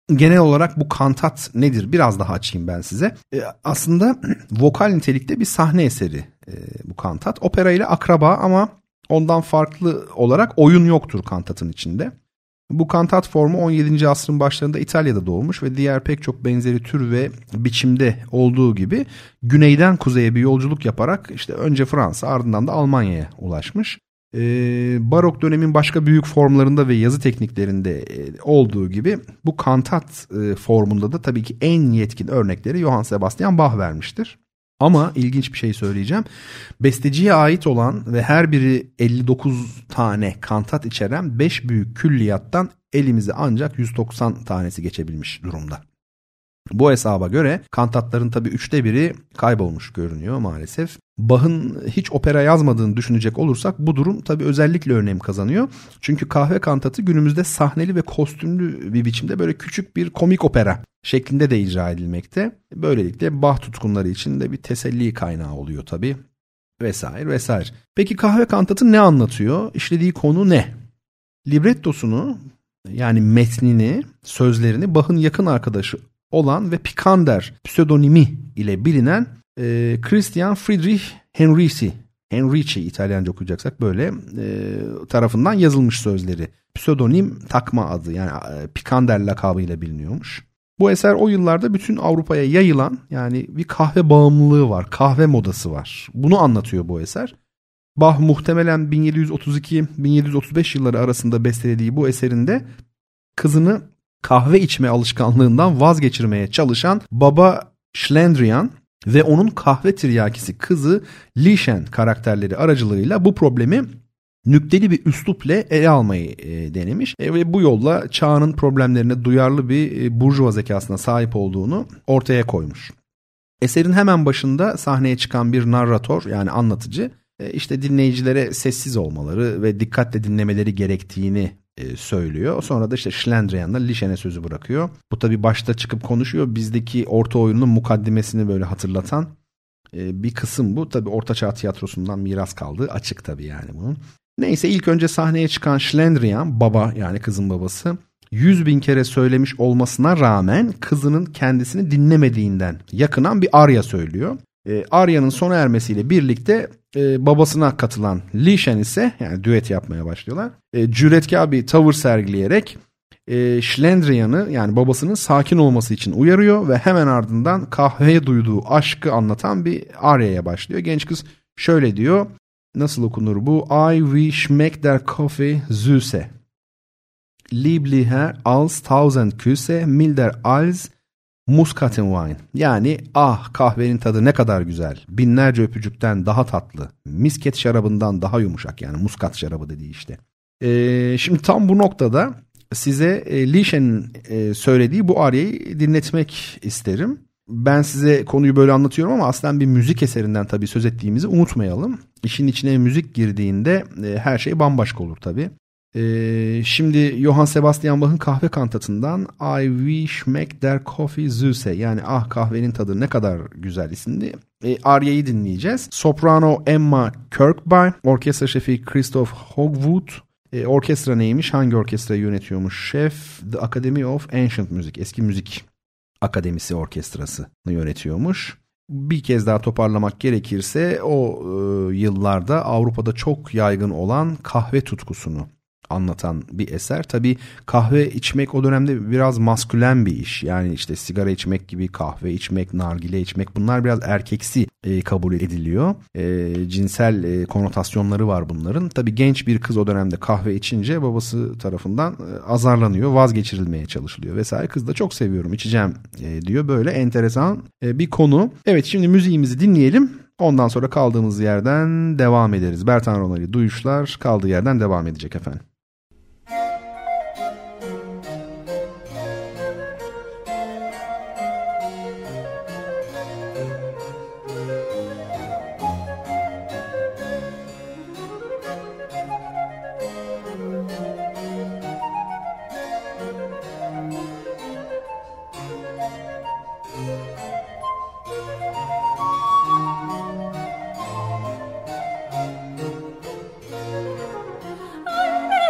[SPEAKER 2] genel olarak bu kantat nedir? Biraz daha açayım ben size. E, aslında vokal nitelikte bir sahne eseri e, bu kantat. Opera ile akraba ama ondan farklı olarak oyun yoktur kantatın içinde. Bu kantat formu on yedinci asrın başlarında İtalya'da doğmuş ve diğer pek çok benzeri tür ve biçimde olduğu gibi güneyden kuzeye bir yolculuk yaparak işte önce Fransa ardından da Almanya'ya ulaşmış. Ee, barok dönemin başka büyük formlarında ve yazı tekniklerinde e, olduğu gibi bu kantat e, formunda da tabii ki en yetkin örnekleri Johann Sebastian Bach vermiştir. Ama ilginç bir şey söyleyeceğim. Besteciye ait olan ve her biri elli dokuz tane kantat içeren beş büyük külliyattan elimize ancak yüz doksan tanesi geçebilmiş durumda. Bu hesaba göre kantatların tabii üçte biri kaybolmuş görünüyor maalesef. Bach'ın hiç opera yazmadığını düşünecek olursak bu durum tabii özellikle önem kazanıyor. Çünkü kahve kantatı günümüzde sahneli ve kostümlü bir biçimde böyle küçük bir komik opera şeklinde de icra edilmekte. Böylelikle Bach tutkunları için de bir teselli kaynağı oluyor tabii vesaire vesaire. Peki kahve kantatı ne anlatıyor? İşlediği konu ne? Librettosunu yani metnini, sözlerini Bach'ın yakın arkadaşı olan ve Picander pseudonimi ile bilinen e, Christian Friedrich Henrici, Henrici İtalyanca okuyacaksak böyle e, tarafından yazılmış sözleri. Pseudonim takma adı yani e, Picander lakabıyla biliniyormuş. Bu eser o yıllarda bütün Avrupa'ya yayılan yani bir kahve bağımlılığı var, kahve modası var. Bunu anlatıyor bu eser. Bach muhtemelen bin yedi yüz otuz iki bin yedi yüz otuz beş yılları arasında bestelediği bu eserinde kızını kahve içme alışkanlığından vazgeçirmeye çalışan baba Schlendrian ve onun kahve tiryakisi kızı Lieschen karakterleri aracılığıyla bu problemi nükteli bir üslupla ele almayı e, denemiş e, ve bu yolla çağının problemlerine duyarlı bir e, burjuva zekasına sahip olduğunu ortaya koymuş. Eserin hemen başında sahneye çıkan bir narratör yani anlatıcı e, işte dinleyicilere sessiz olmaları ve dikkatle dinlemeleri gerektiğini e, söylüyor. Sonra da işte Schlendrian'la Lieschen'e sözü bırakıyor. Bu tabii başta çıkıp konuşuyor. Bizdeki orta oyunun mukaddimesini böyle hatırlatan e, bir kısım bu. Tabii Ortaçağ tiyatrosundan miras kaldığı açık tabii yani bunun. Neyse ilk önce sahneye çıkan Schlendrian baba yani kızın babası yüz bin kere söylemiş olmasına rağmen kızının kendisini dinlemediğinden yakınan bir arya söylüyor. E, arya'nın sona ermesiyle birlikte e, babasına katılan Lieschen ise yani düet yapmaya başlıyorlar. E, cüretkar bir tavır sergileyerek e, Schlendrian'ı yani babasının sakin olması için uyarıyor ve hemen ardından kahveye duyduğu aşkı anlatan bir arya'ya başlıyor. Genç kız şöyle diyor. Nasıl okunur bu? I wie schmeckt der Kaffee süße. Lieblicher als tausend Küsse, milder als Muskattenwein. Yani ah kahvenin tadı ne kadar güzel. Binlerce öpücükten daha tatlı. Misket şarabından daha yumuşak yani muskat şarabı dediği işte. Ee, şimdi tam bu noktada size e, Lieschen'in e, söylediği bu aryayı dinletmek isterim. Ben size konuyu böyle anlatıyorum ama aslında bir müzik eserinden tabii söz ettiğimizi unutmayalım. İşin içine müzik girdiğinde e, her şey bambaşka olur tabii. E, şimdi Johann Sebastian Bach'ın kahve kantatından I wie schmeckt der Kaffee süße yani ah kahvenin tadı ne kadar güzel isimli e, aryayı dinleyeceğiz. Soprano Emma Kirkby, orkestra şefi Christoph Hogwood. E, orkestra neymiş? Hangi orkestrayı yönetiyormuş? Şef The Academy of Ancient Music, eski müzik akademisi orkestrasını yönetiyormuş. Bir kez daha toparlamak gerekirse o e, yıllarda Avrupa'da çok yaygın olan kahve tutkusunu anlatan bir eser. Tabii kahve içmek o dönemde biraz maskülen bir iş. Yani işte sigara içmek gibi kahve içmek, nargile içmek bunlar biraz erkeksi e, kabul ediliyor. E, cinsel e, konotasyonları var bunların. Tabii genç bir kız o dönemde kahve içince babası tarafından e, azarlanıyor, vazgeçirilmeye çalışılıyor vesaire. Kız da çok seviyorum, içeceğim e, diyor. Böyle enteresan e, bir konu. Evet şimdi müziğimizi dinleyelim. Ondan sonra kaldığımız yerden devam ederiz. Bertan Ronali Duyuşlar kaldığı yerden devam edecek efendim.
[SPEAKER 3] I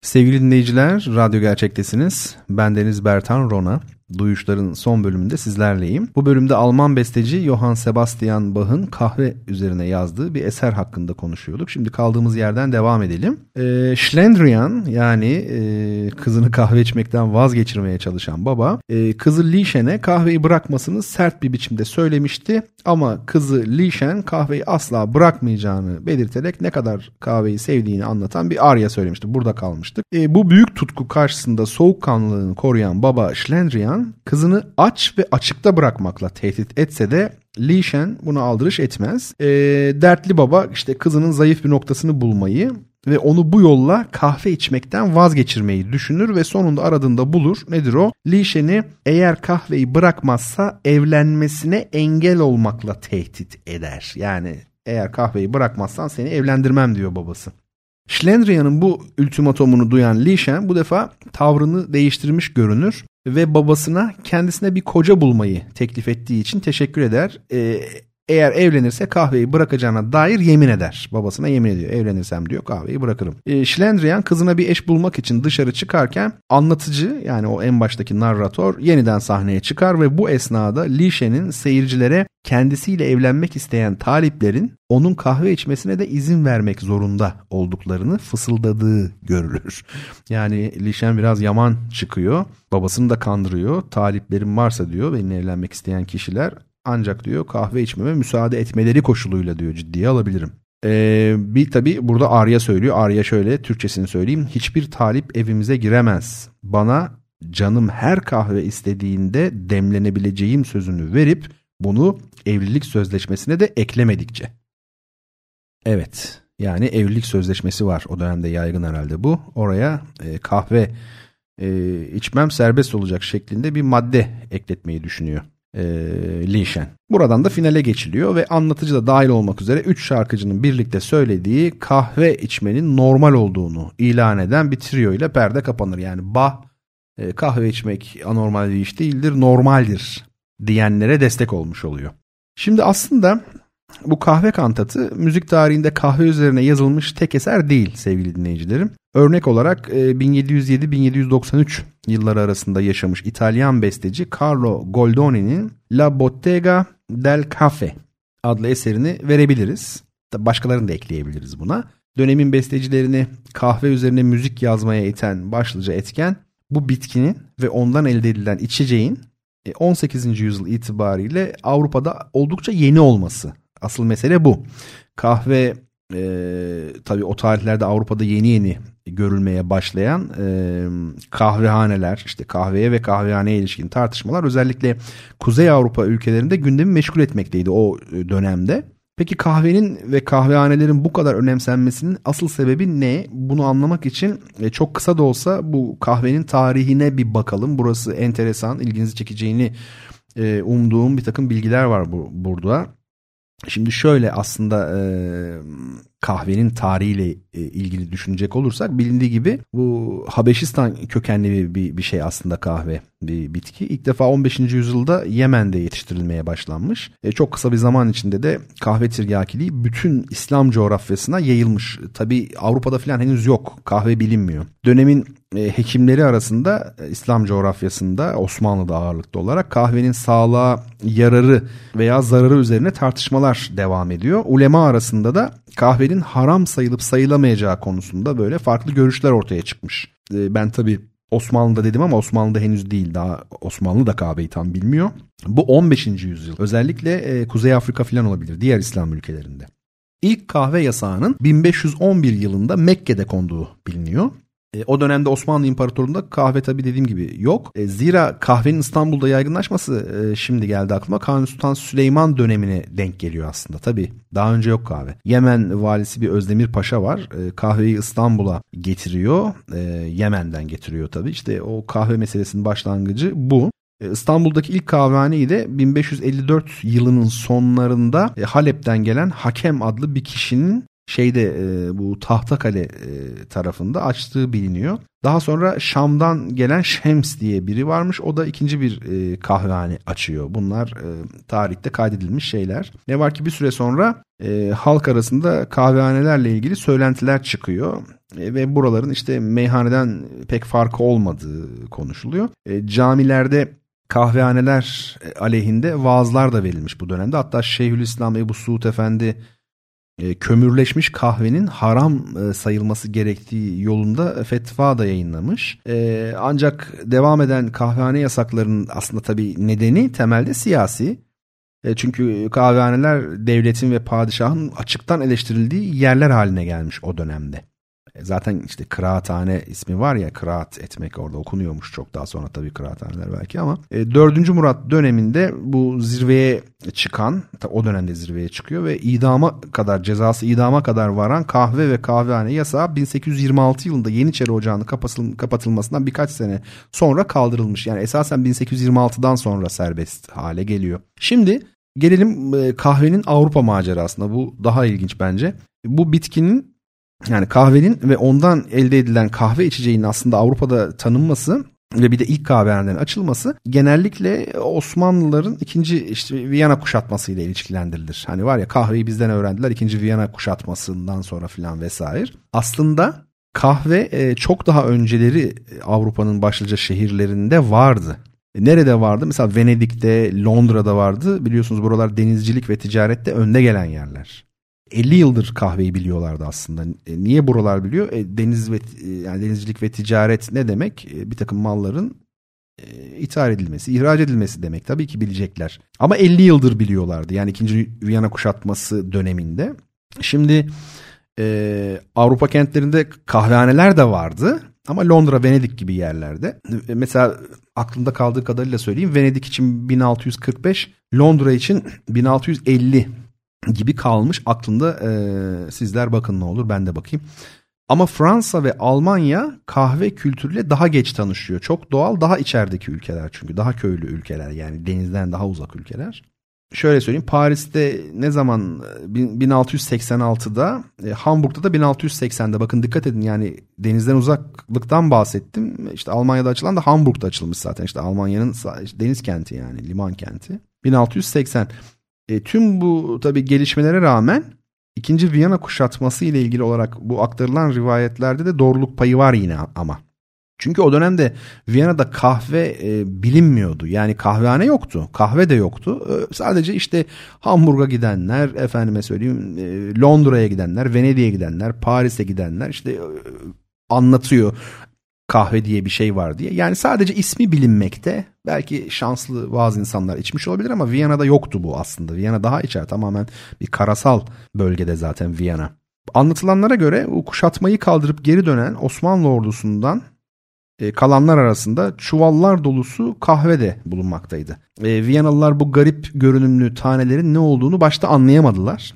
[SPEAKER 2] Sevgili dinleyiciler, Radyo Gerçek'tesiniz. Ben Deniz Bertan Rona. Duyuşların son bölümünde sizlerleyim. Bu bölümde Alman besteci Johann Sebastian Bach'ın kahve üzerine yazdığı bir eser hakkında konuşuyorduk. Şimdi kaldığımız yerden devam edelim. E, Schlendrian, yani e, kızını kahve içmekten vazgeçirmeye çalışan baba, e, kızı Lieschen'e kahveyi bırakmasını sert bir biçimde söylemişti. Ama kızı Lieschen kahveyi asla bırakmayacağını belirterek ne kadar kahveyi sevdiğini anlatan bir arya söylemişti. Burada kalmıştık. E, bu büyük tutku karşısında soğukkanlılığını koruyan baba Schlendrian, kızını aç ve açıkta bırakmakla tehdit etse de Lieschen buna aldırış etmez. E, dertli baba işte kızının zayıf bir noktasını bulmayı ve onu bu yolla kahve içmekten vazgeçirmeyi düşünür ve sonunda aradığında bulur. Nedir o? Lieschen'i eğer kahveyi bırakmazsa evlenmesine engel olmakla tehdit eder. Yani eğer kahveyi bırakmazsan seni evlendirmem diyor babası. Schlendrian'ın bu ultimatomunu duyan Lieschen bu defa tavrını değiştirmiş görünür ve babasına kendisine bir koca bulmayı teklif ettiği için teşekkür eder. Ee, eğer evlenirse kahveyi bırakacağına dair yemin eder. Babasına yemin ediyor. Evlenirsem diyor kahveyi bırakırım. Ee, Schlendrian kızına bir eş bulmak için dışarı çıkarken anlatıcı, yani o en baştaki narratör yeniden sahneye çıkar ve bu esnada Lieschen'in seyircilere kendisiyle evlenmek isteyen taliplerin onun kahve içmesine de izin vermek zorunda olduklarını fısıldadığı görülür. Yani Lieschen biraz yaman çıkıyor. Babasını da kandırıyor. Taliplerim varsa diyor, benimle evlenmek isteyen kişiler, ancak diyor kahve içmeme müsaade etmeleri koşuluyla diyor ciddiye alabilirim. Ee, bir tabi burada arya söylüyor. Arya şöyle, Türkçesini söyleyeyim. Hiçbir talip evimize giremez. Bana canım her kahve istediğinde demlenebileceğim sözünü verip bunu evlilik sözleşmesine de eklemedikçe. Evet, yani evlilik sözleşmesi var, o dönemde yaygın herhalde bu. Oraya e, kahve e, içmem serbest olacak şeklinde bir madde ekletmeyi düşünüyor e, Lieschen. Buradan da finale geçiliyor ve anlatıcı da dahil olmak üzere üç şarkıcının birlikte söylediği kahve içmenin normal olduğunu ilan eden bir trio ile perde kapanır. Yani Bach e, kahve içmek anormal bir iş değildir, normaldir diyenlere destek olmuş oluyor. Şimdi aslında bu kahve kantatı müzik tarihinde kahve üzerine yazılmış tek eser değil sevgili dinleyicilerim. Örnek olarak bin yedi yüz yedi bin yedi yüz doksan üç yılları arasında yaşamış İtalyan besteci Carlo Goldoni'nin La Bottega del Caffè adlı eserini verebiliriz. Başkalarını da ekleyebiliriz buna. Dönemin bestecilerini kahve üzerine müzik yazmaya iten başlıca etken bu bitkinin ve ondan elde edilen içeceğin on sekizinci yüzyıl itibariyle Avrupa'da oldukça yeni olması. Asıl mesele bu. Kahve e, tabii o tarihlerde Avrupa'da yeni yeni görülmeye başlayan e, kahvehaneler, işte kahveye ve kahvehaneye ilişkin tartışmalar özellikle Kuzey Avrupa ülkelerinde gündemi meşgul etmekteydi o dönemde. Peki kahvenin ve kahvehanelerin bu kadar önemsenmesinin asıl sebebi ne? Bunu anlamak için çok kısa da olsa bu kahvenin tarihine bir bakalım. Burası enteresan, ilginizi çekeceğini umduğum bir takım bilgiler var bu, burada. Şimdi şöyle, aslında e, kahvenin tarihiyle e, ilgili düşünecek olursak, bilindiği gibi bu Habeşistan kökenli bir, bir şey aslında kahve, bir bitki. İlk defa on beşinci yüzyılda Yemen'de yetiştirilmeye başlanmış. E, çok kısa bir zaman içinde de kahve tiryakiliği bütün İslam coğrafyasına yayılmış. Tabii Avrupa'da falan henüz yok, kahve bilinmiyor. Dönemin e, hekimleri arasında e, İslam coğrafyasında, Osmanlı'da ağırlıklı olarak kahvenin sağlığa yararı veya zararı üzerine tartışmalar devam ediyor. Ulema arasında da kahvenin haram sayılıp sayılamayacağı konusunda böyle farklı görüşler ortaya çıkmış. E, ben tabii Osmanlı'da dedim ama Osmanlı'da henüz değil. Daha Osmanlı da kahveyi tam bilmiyor. Bu on beşinci yüzyıl. Özellikle e, Kuzey Afrika falan olabilir, diğer İslam ülkelerinde. İlk kahve yasağının bin beş yüz on bir yılında Mekke'de konduğu biliniyor. E, o dönemde Osmanlı İmparatorluğu'nda kahve tabii dediğim gibi yok. E, zira kahvenin İstanbul'da yaygınlaşması e, şimdi geldi aklıma. Kanuni Sultan Süleyman dönemine denk geliyor aslında. Tabii daha önce yok kahve. Yemen valisi bir Özdemir Paşa var. E, kahveyi İstanbul'a getiriyor. E, Yemen'den getiriyor tabii. İşte o kahve meselesinin başlangıcı bu. İstanbul'daki ilk kahvehaneyi de bin beş yüz elli dört yılının sonlarında Halep'ten gelen Hakem adlı bir kişinin şeyde bu Tahtakale tarafında açtığı biliniyor. Daha sonra Şam'dan gelen Şems diye biri varmış. O da ikinci bir kahvehane açıyor. Bunlar tarihte kaydedilmiş şeyler. Ne var ki bir süre sonra halk arasında kahvehanelerle ilgili söylentiler çıkıyor. Ve buraların işte meyhaneden pek farkı olmadığı konuşuluyor. Camilerde kahvehaneler aleyhinde vaazlar da verilmiş bu dönemde. Hatta Şeyhülislam Ebu Suud Efendi kömürleşmiş kahvenin haram sayılması gerektiği yolunda fetva da yayınlamış. Ancak devam eden kahvehane yasaklarının aslında tabii nedeni temelde siyasi. Çünkü kahvehaneler devletin ve padişahın açıktan eleştirildiği yerler haline gelmiş o dönemde. Zaten işte kıraathane ismi var ya, kıraat etmek orada okunuyormuş, çok daha sonra tabii kıraathaneler belki ama dördüncü Murat döneminde bu zirveye çıkan, o dönemde zirveye çıkıyor ve idama kadar, cezası idama kadar varan kahve ve kahvehane yasağı bin sekiz yüz yirmi altı yılında Yeniçeri Ocağı'nın kapatılmasından birkaç sene sonra kaldırılmış. Yani esasen bin sekiz yüz yirmi altıdan sonra serbest hale geliyor. Şimdi gelelim kahvenin Avrupa macerasına. Bu daha ilginç bence. Bu bitkinin, yani kahvenin ve ondan elde edilen kahve içeceğinin aslında Avrupa'da tanınması ve bir de ilk kahvehanelerin açılması genellikle Osmanlıların ikinci işte Viyana kuşatmasıyla ilişkilendirilir. Hani var ya, kahveyi bizden öğrendiler ikinci Viyana kuşatmasından sonra filan vesaire. Aslında kahve çok daha önceleri Avrupa'nın başlıca şehirlerinde vardı. Nerede vardı? Mesela Venedik'te, Londra'da vardı. Biliyorsunuz buralar denizcilik ve ticarette önde gelen yerler. elli yıldır kahveyi biliyorlardı aslında. E, niye buralar biliyor? E, deniz ve yani denizcilik ve ticaret ne demek? E, bir takım malların e, ithal edilmesi, ihraç edilmesi demek. Tabii ki bilecekler. Ama elli yıldır biliyorlardı. Yani ikinci Viyana kuşatması döneminde. Şimdi e, Avrupa kentlerinde kahvehaneler de vardı. Ama Londra, Venedik gibi yerlerde. E, mesela aklımda kaldığı kadarıyla söyleyeyim. Venedik için bin altı yüz kırk beş, Londra için bin altı yüz elli gibi kalmış aklımda. Ee, sizler bakın ne olur, ben de bakayım. Ama Fransa ve Almanya kahve kültürüyle daha geç tanışıyor. Çok doğal, daha içerideki ülkeler çünkü. Daha köylü ülkeler, yani denizden daha uzak ülkeler. Şöyle söyleyeyim, Paris'te ne zaman bin altı yüz seksen altıda, e, Hamburg'da da bin altı yüz seksende, bakın dikkat edin, yani denizden uzaklıktan bahsettim. İşte Almanya'da açılan da Hamburg'da açılmış zaten, işte Almanya'nın deniz kenti, yani liman kenti. bin altı yüz seksen. E, tüm bu tabii gelişmelere rağmen ikinci Viyana kuşatması ile ilgili olarak bu aktarılan rivayetlerde de doğruluk payı var yine ama. Çünkü o dönemde Viyana'da kahve e, bilinmiyordu. Yani kahvehane yoktu, kahve de yoktu. E, sadece işte Hamburg'a gidenler, efendime söyleyeyim e, Londra'ya gidenler, Venedik'e gidenler, Paris'e gidenler işte e, anlatıyor kahve diye bir şey var diye. Yani sadece ismi bilinmekte. Belki şanslı bazı insanlar içmiş olabilir ama Viyana'da yoktu bu aslında. Viyana daha içer, tamamen bir karasal bölgede zaten Viyana. Anlatılanlara göre o kuşatmayı kaldırıp geri dönen Osmanlı ordusundan e, kalanlar arasında çuvallar dolusu kahve de bulunmaktaydı. E, Viyanalılar bu garip görünümlü tanelerin ne olduğunu başta anlayamadılar.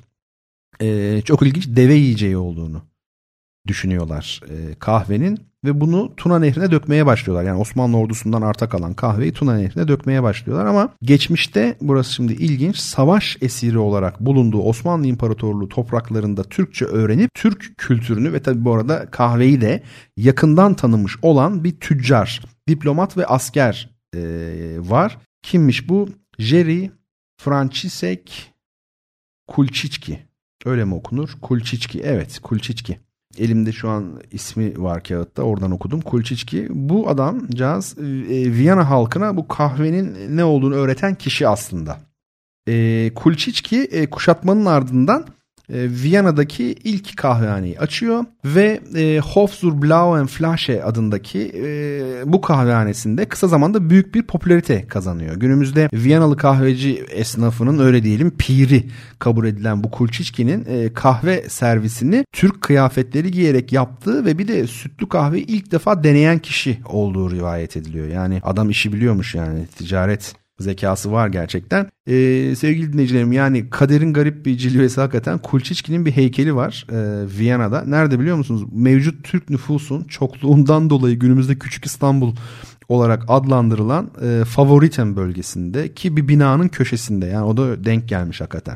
[SPEAKER 2] E, çok ilginç, deve yiyeceği olduğunu düşünüyorlar e, kahvenin. Ve bunu Tuna Nehri'ne dökmeye başlıyorlar. Yani Osmanlı ordusundan arta kalan kahveyi Tuna Nehri'ne dökmeye başlıyorlar. Ama geçmişte, burası şimdi ilginç, savaş esiri olarak bulunduğu Osmanlı İmparatorluğu topraklarında Türkçe öğrenip Türk kültürünü ve tabii bu arada kahveyi de yakından tanımış olan bir tüccar, diplomat ve asker e, var. Kimmiş bu? Jerry Franciszek Kulczycki. Öyle mi okunur? Kulczycki. Evet, Kulczycki. Elimde şu an ismi var kağıtta, oradan okudum. Kulczycki. Bu adamcağız e, Viyana halkına bu kahvenin ne olduğunu öğreten kişi aslında. E, Kulczycki e, kuşatmanın ardından e, Viyana'daki ilk kahvehaneyi açıyor ve e, Hof zur Blauen Flasche adındaki e, bu kahvehanesinde kısa zamanda büyük bir popülarite kazanıyor. Günümüzde Viyanalı kahveci esnafının, öyle diyelim, piri kabul edilen bu Kulczycki'nin e, kahve servisini Türk kıyafetleri giyerek yaptığı ve bir de sütlü kahveyi ilk defa deneyen kişi olduğu rivayet ediliyor. Yani adam işi biliyormuş, yani ticaret zekası var gerçekten. Ee, sevgili dinleyicilerim, yani kaderin garip bir cilvesi hakikaten. Kulczycki'nin bir heykeli var e, Viyana'da. Nerede biliyor musunuz? Mevcut Türk nüfusun çokluğundan dolayı günümüzde Küçük İstanbul olarak adlandırılan e, Favoriten bölgesinde ki bir binanın köşesinde. Yani o da denk gelmiş hakikaten.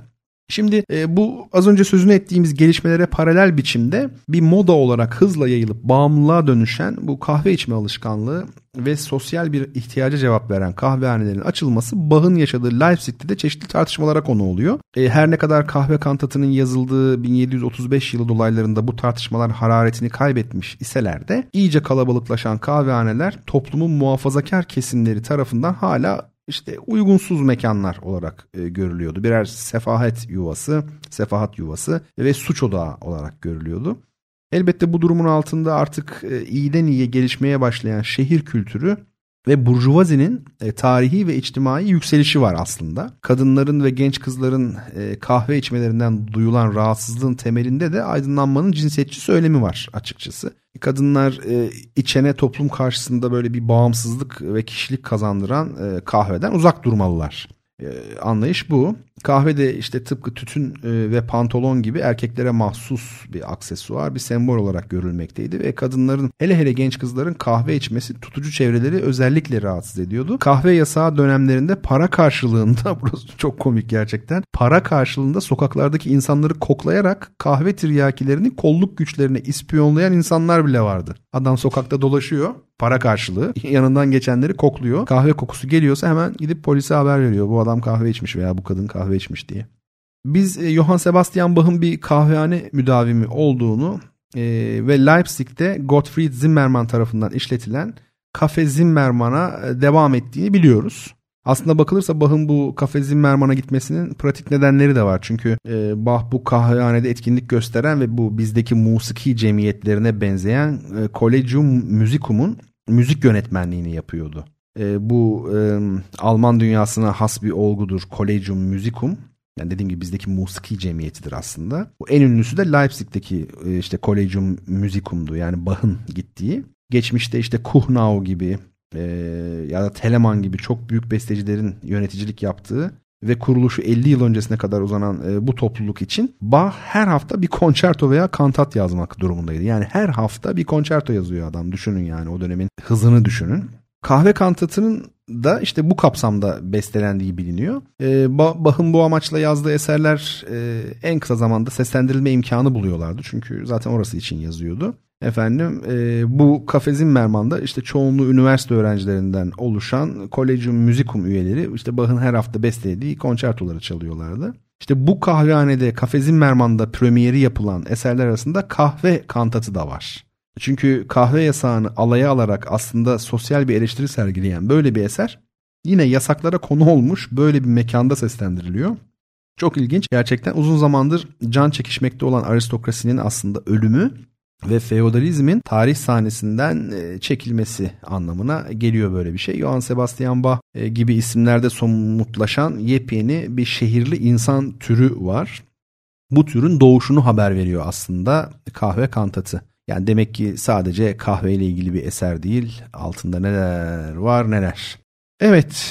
[SPEAKER 2] Şimdi e, bu az önce sözünü ettiğimiz gelişmelere paralel biçimde bir moda olarak hızla yayılıp bağımlılığa dönüşen bu kahve içme alışkanlığı ve sosyal bir ihtiyaca cevap veren kahvehanelerin açılması Bach'ın yaşadığı Leipzig'te de çeşitli tartışmalara konu oluyor. E, her ne kadar kahve kantatının yazıldığı bin yedi yüz otuz beş yılı dolaylarında bu tartışmalar hararetini kaybetmiş iseler de iyice kalabalıklaşan kahvehaneler toplumun muhafazakar kesimleri tarafından hala İşte uygunsuz mekanlar olarak e, görülüyordu. Birer sefahet yuvası, sefahat yuvası ve suç odağı olarak görülüyordu. Elbette bu durumun altında artık e, iyiden iyiye gelişmeye başlayan şehir kültürü ve burjuvazinin e, tarihi ve içtimai yükselişi var aslında. Kadınların ve genç kızların e, kahve içmelerinden duyulan rahatsızlığın temelinde de aydınlanmanın cinsiyetçi söylemi var açıkçası. Kadınlar e, içene toplum karşısında böyle bir bağımsızlık ve kişilik kazandıran e, kahveden uzak durmalılar. E, anlayış bu. Kahve de işte tıpkı tütün e, ve pantolon gibi erkeklere mahsus bir aksesuar, bir sembol olarak görülmekteydi ve kadınların, hele hele genç kızların kahve içmesi tutucu çevreleri özellikle rahatsız ediyordu. Kahve yasağı dönemlerinde para karşılığında, burası çok komik gerçekten, para karşılığında sokaklardaki insanları koklayarak kahve tiryakilerini kolluk güçlerine ispiyonlayan insanlar bile vardı. Adam sokakta dolaşıyor, para karşılığı, yanından geçenleri kokluyor. Kahve kokusu geliyorsa hemen gidip polise haber veriyor. Bu adam kahve içmiş veya bu kadın kahve içmiş diye. Biz e, Johann Sebastian Bach'ın bir kahvehane müdavimi olduğunu e, ve Leipzig'te Gottfried Zimmermann tarafından işletilen Kafe Zimmermann'a devam ettiğini biliyoruz. Aslında bakılırsa Bach'ın bu Kafe Zimmermann'a gitmesinin pratik nedenleri de var. Çünkü e, Bach bu kahvehanede etkinlik gösteren ve bu bizdeki musiki cemiyetlerine benzeyen e, Collegium Musicum'un müzik yönetmenliğini yapıyordu. E, bu e, Alman dünyasına has bir olgudur Collegium Musicum. Yani dediğim gibi bizdeki musiki cemiyetidir aslında. Bu en ünlüsü de Leipzig'teki e, işte Collegium Musicum'du, yani Bach'ın gittiği. Geçmişte işte Kuhnau gibi e, ya da Telemann gibi çok büyük bestecilerin yöneticilik yaptığı ve kuruluşu elli yıl öncesine kadar uzanan e, bu topluluk için Bach her hafta bir konçerto veya kantat yazmak durumundaydı. Yani her hafta bir konçerto yazıyor adam. Düşünün yani o dönemin hızını düşünün. Kahve kantatının da işte bu kapsamda bestelendiği biliniyor. Ee, Bach'ın bu amaçla yazdığı eserler e, en kısa zamanda seslendirilme imkanı buluyorlardı. Çünkü zaten orası için yazıyordu. Efendim e, bu Kafe Zimmermann'da işte çoğunluğu üniversite öğrencilerinden oluşan Collegium Musicum üyeleri işte Bach'ın her hafta bestelediği konçertoları çalıyorlardı. İşte bu kahvehanede Kafe Zimmermann'da premieri yapılan eserler arasında kahve kantatı da var. Çünkü kahve yasağını alaya alarak aslında sosyal bir eleştiri sergileyen böyle bir eser yine yasaklara konu olmuş böyle bir mekanda seslendiriliyor. Çok ilginç. Gerçekten uzun zamandır can çekişmekte olan aristokrasinin aslında ölümü ve feodalizmin tarih sahnesinden çekilmesi anlamına geliyor böyle bir şey. Johann Sebastian Bach gibi isimlerde somutlaşan yepyeni bir şehirli insan türü var. Bu türün doğuşunu haber veriyor aslında kahve kantatı. Yani demek ki sadece kahveyle ilgili bir eser değil, altında neler var neler. Evet,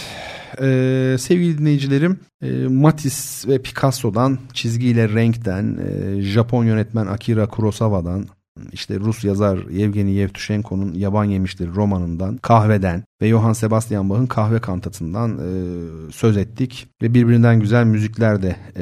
[SPEAKER 2] e, sevgili dinleyicilerim, e, Matisse ve Picasso'dan, çizgiyle renkten, e, Japon yönetmen Akira Kurosawa'dan, işte Rus yazar Yevgeni Yevtushenko'nun Yaban Yemişleri romanından, kahveden ve Johann Sebastian Bach'ın kahve kantatından e, söz ettik. Ve birbirinden güzel müzikler de e,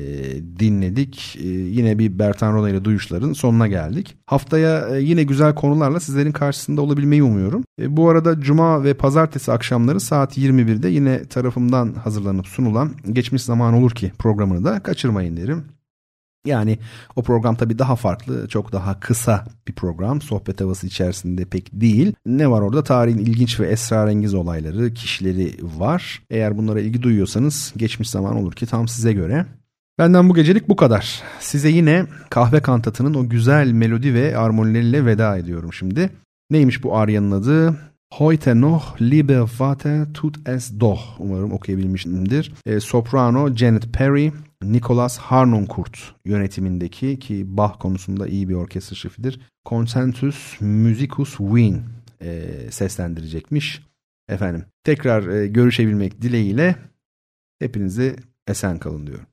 [SPEAKER 2] dinledik. E, yine bir Bertan Rona ile Duyuşlar'ın sonuna geldik. Haftaya e, yine güzel konularla sizlerin karşısında olabilmeyi umuyorum. E, bu arada Cuma ve Pazartesi akşamları saat yirmi birde yine tarafımdan hazırlanıp sunulan Geçmiş Zaman Olur Ki programını da kaçırmayın derim. Yani o program tabii daha farklı, çok daha kısa bir program. Sohbet havası içerisinde pek değil. Ne var orada? Tarihin ilginç ve esrarengiz olayları, kişileri var. Eğer bunlara ilgi duyuyorsanız Geçmiş Zaman Olur Ki tam size göre. Benden bu gecelik bu kadar. Size yine kahve kantatının o güzel melodi ve armonileriyle veda ediyorum şimdi. Neymiş bu aryanın adı? Heute noch, lieber Vater, tut es doch. Umarım okuyabilmişimdir. E, soprano Janet Perry, Nicholas Harnoncourt yönetimindeki, ki Bach konusunda iyi bir orkestra şefidir, Concertus Musicus Wien e, seslendirecekmiş. Efendim tekrar e, görüşebilmek dileğiyle hepinize esen kalın diyorum.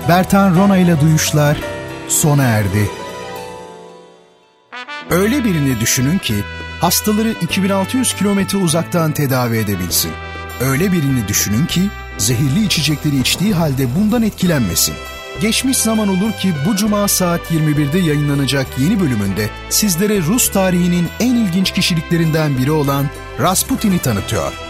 [SPEAKER 1] Bertan Rona ile Duyuşlar sona erdi. Öyle birini düşünün ki hastaları iki bin altı yüz kilometre uzaktan tedavi edebilsin. Öyle birini düşünün ki zehirli içecekleri içtiği halde bundan etkilenmesin. Geçmiş zaman olur ki bu cuma saat yirmi birde yayınlanacak yeni bölümünde sizlere Rus tarihinin en ilginç kişiliklerinden biri olan Rasputin'i tanıtıyor.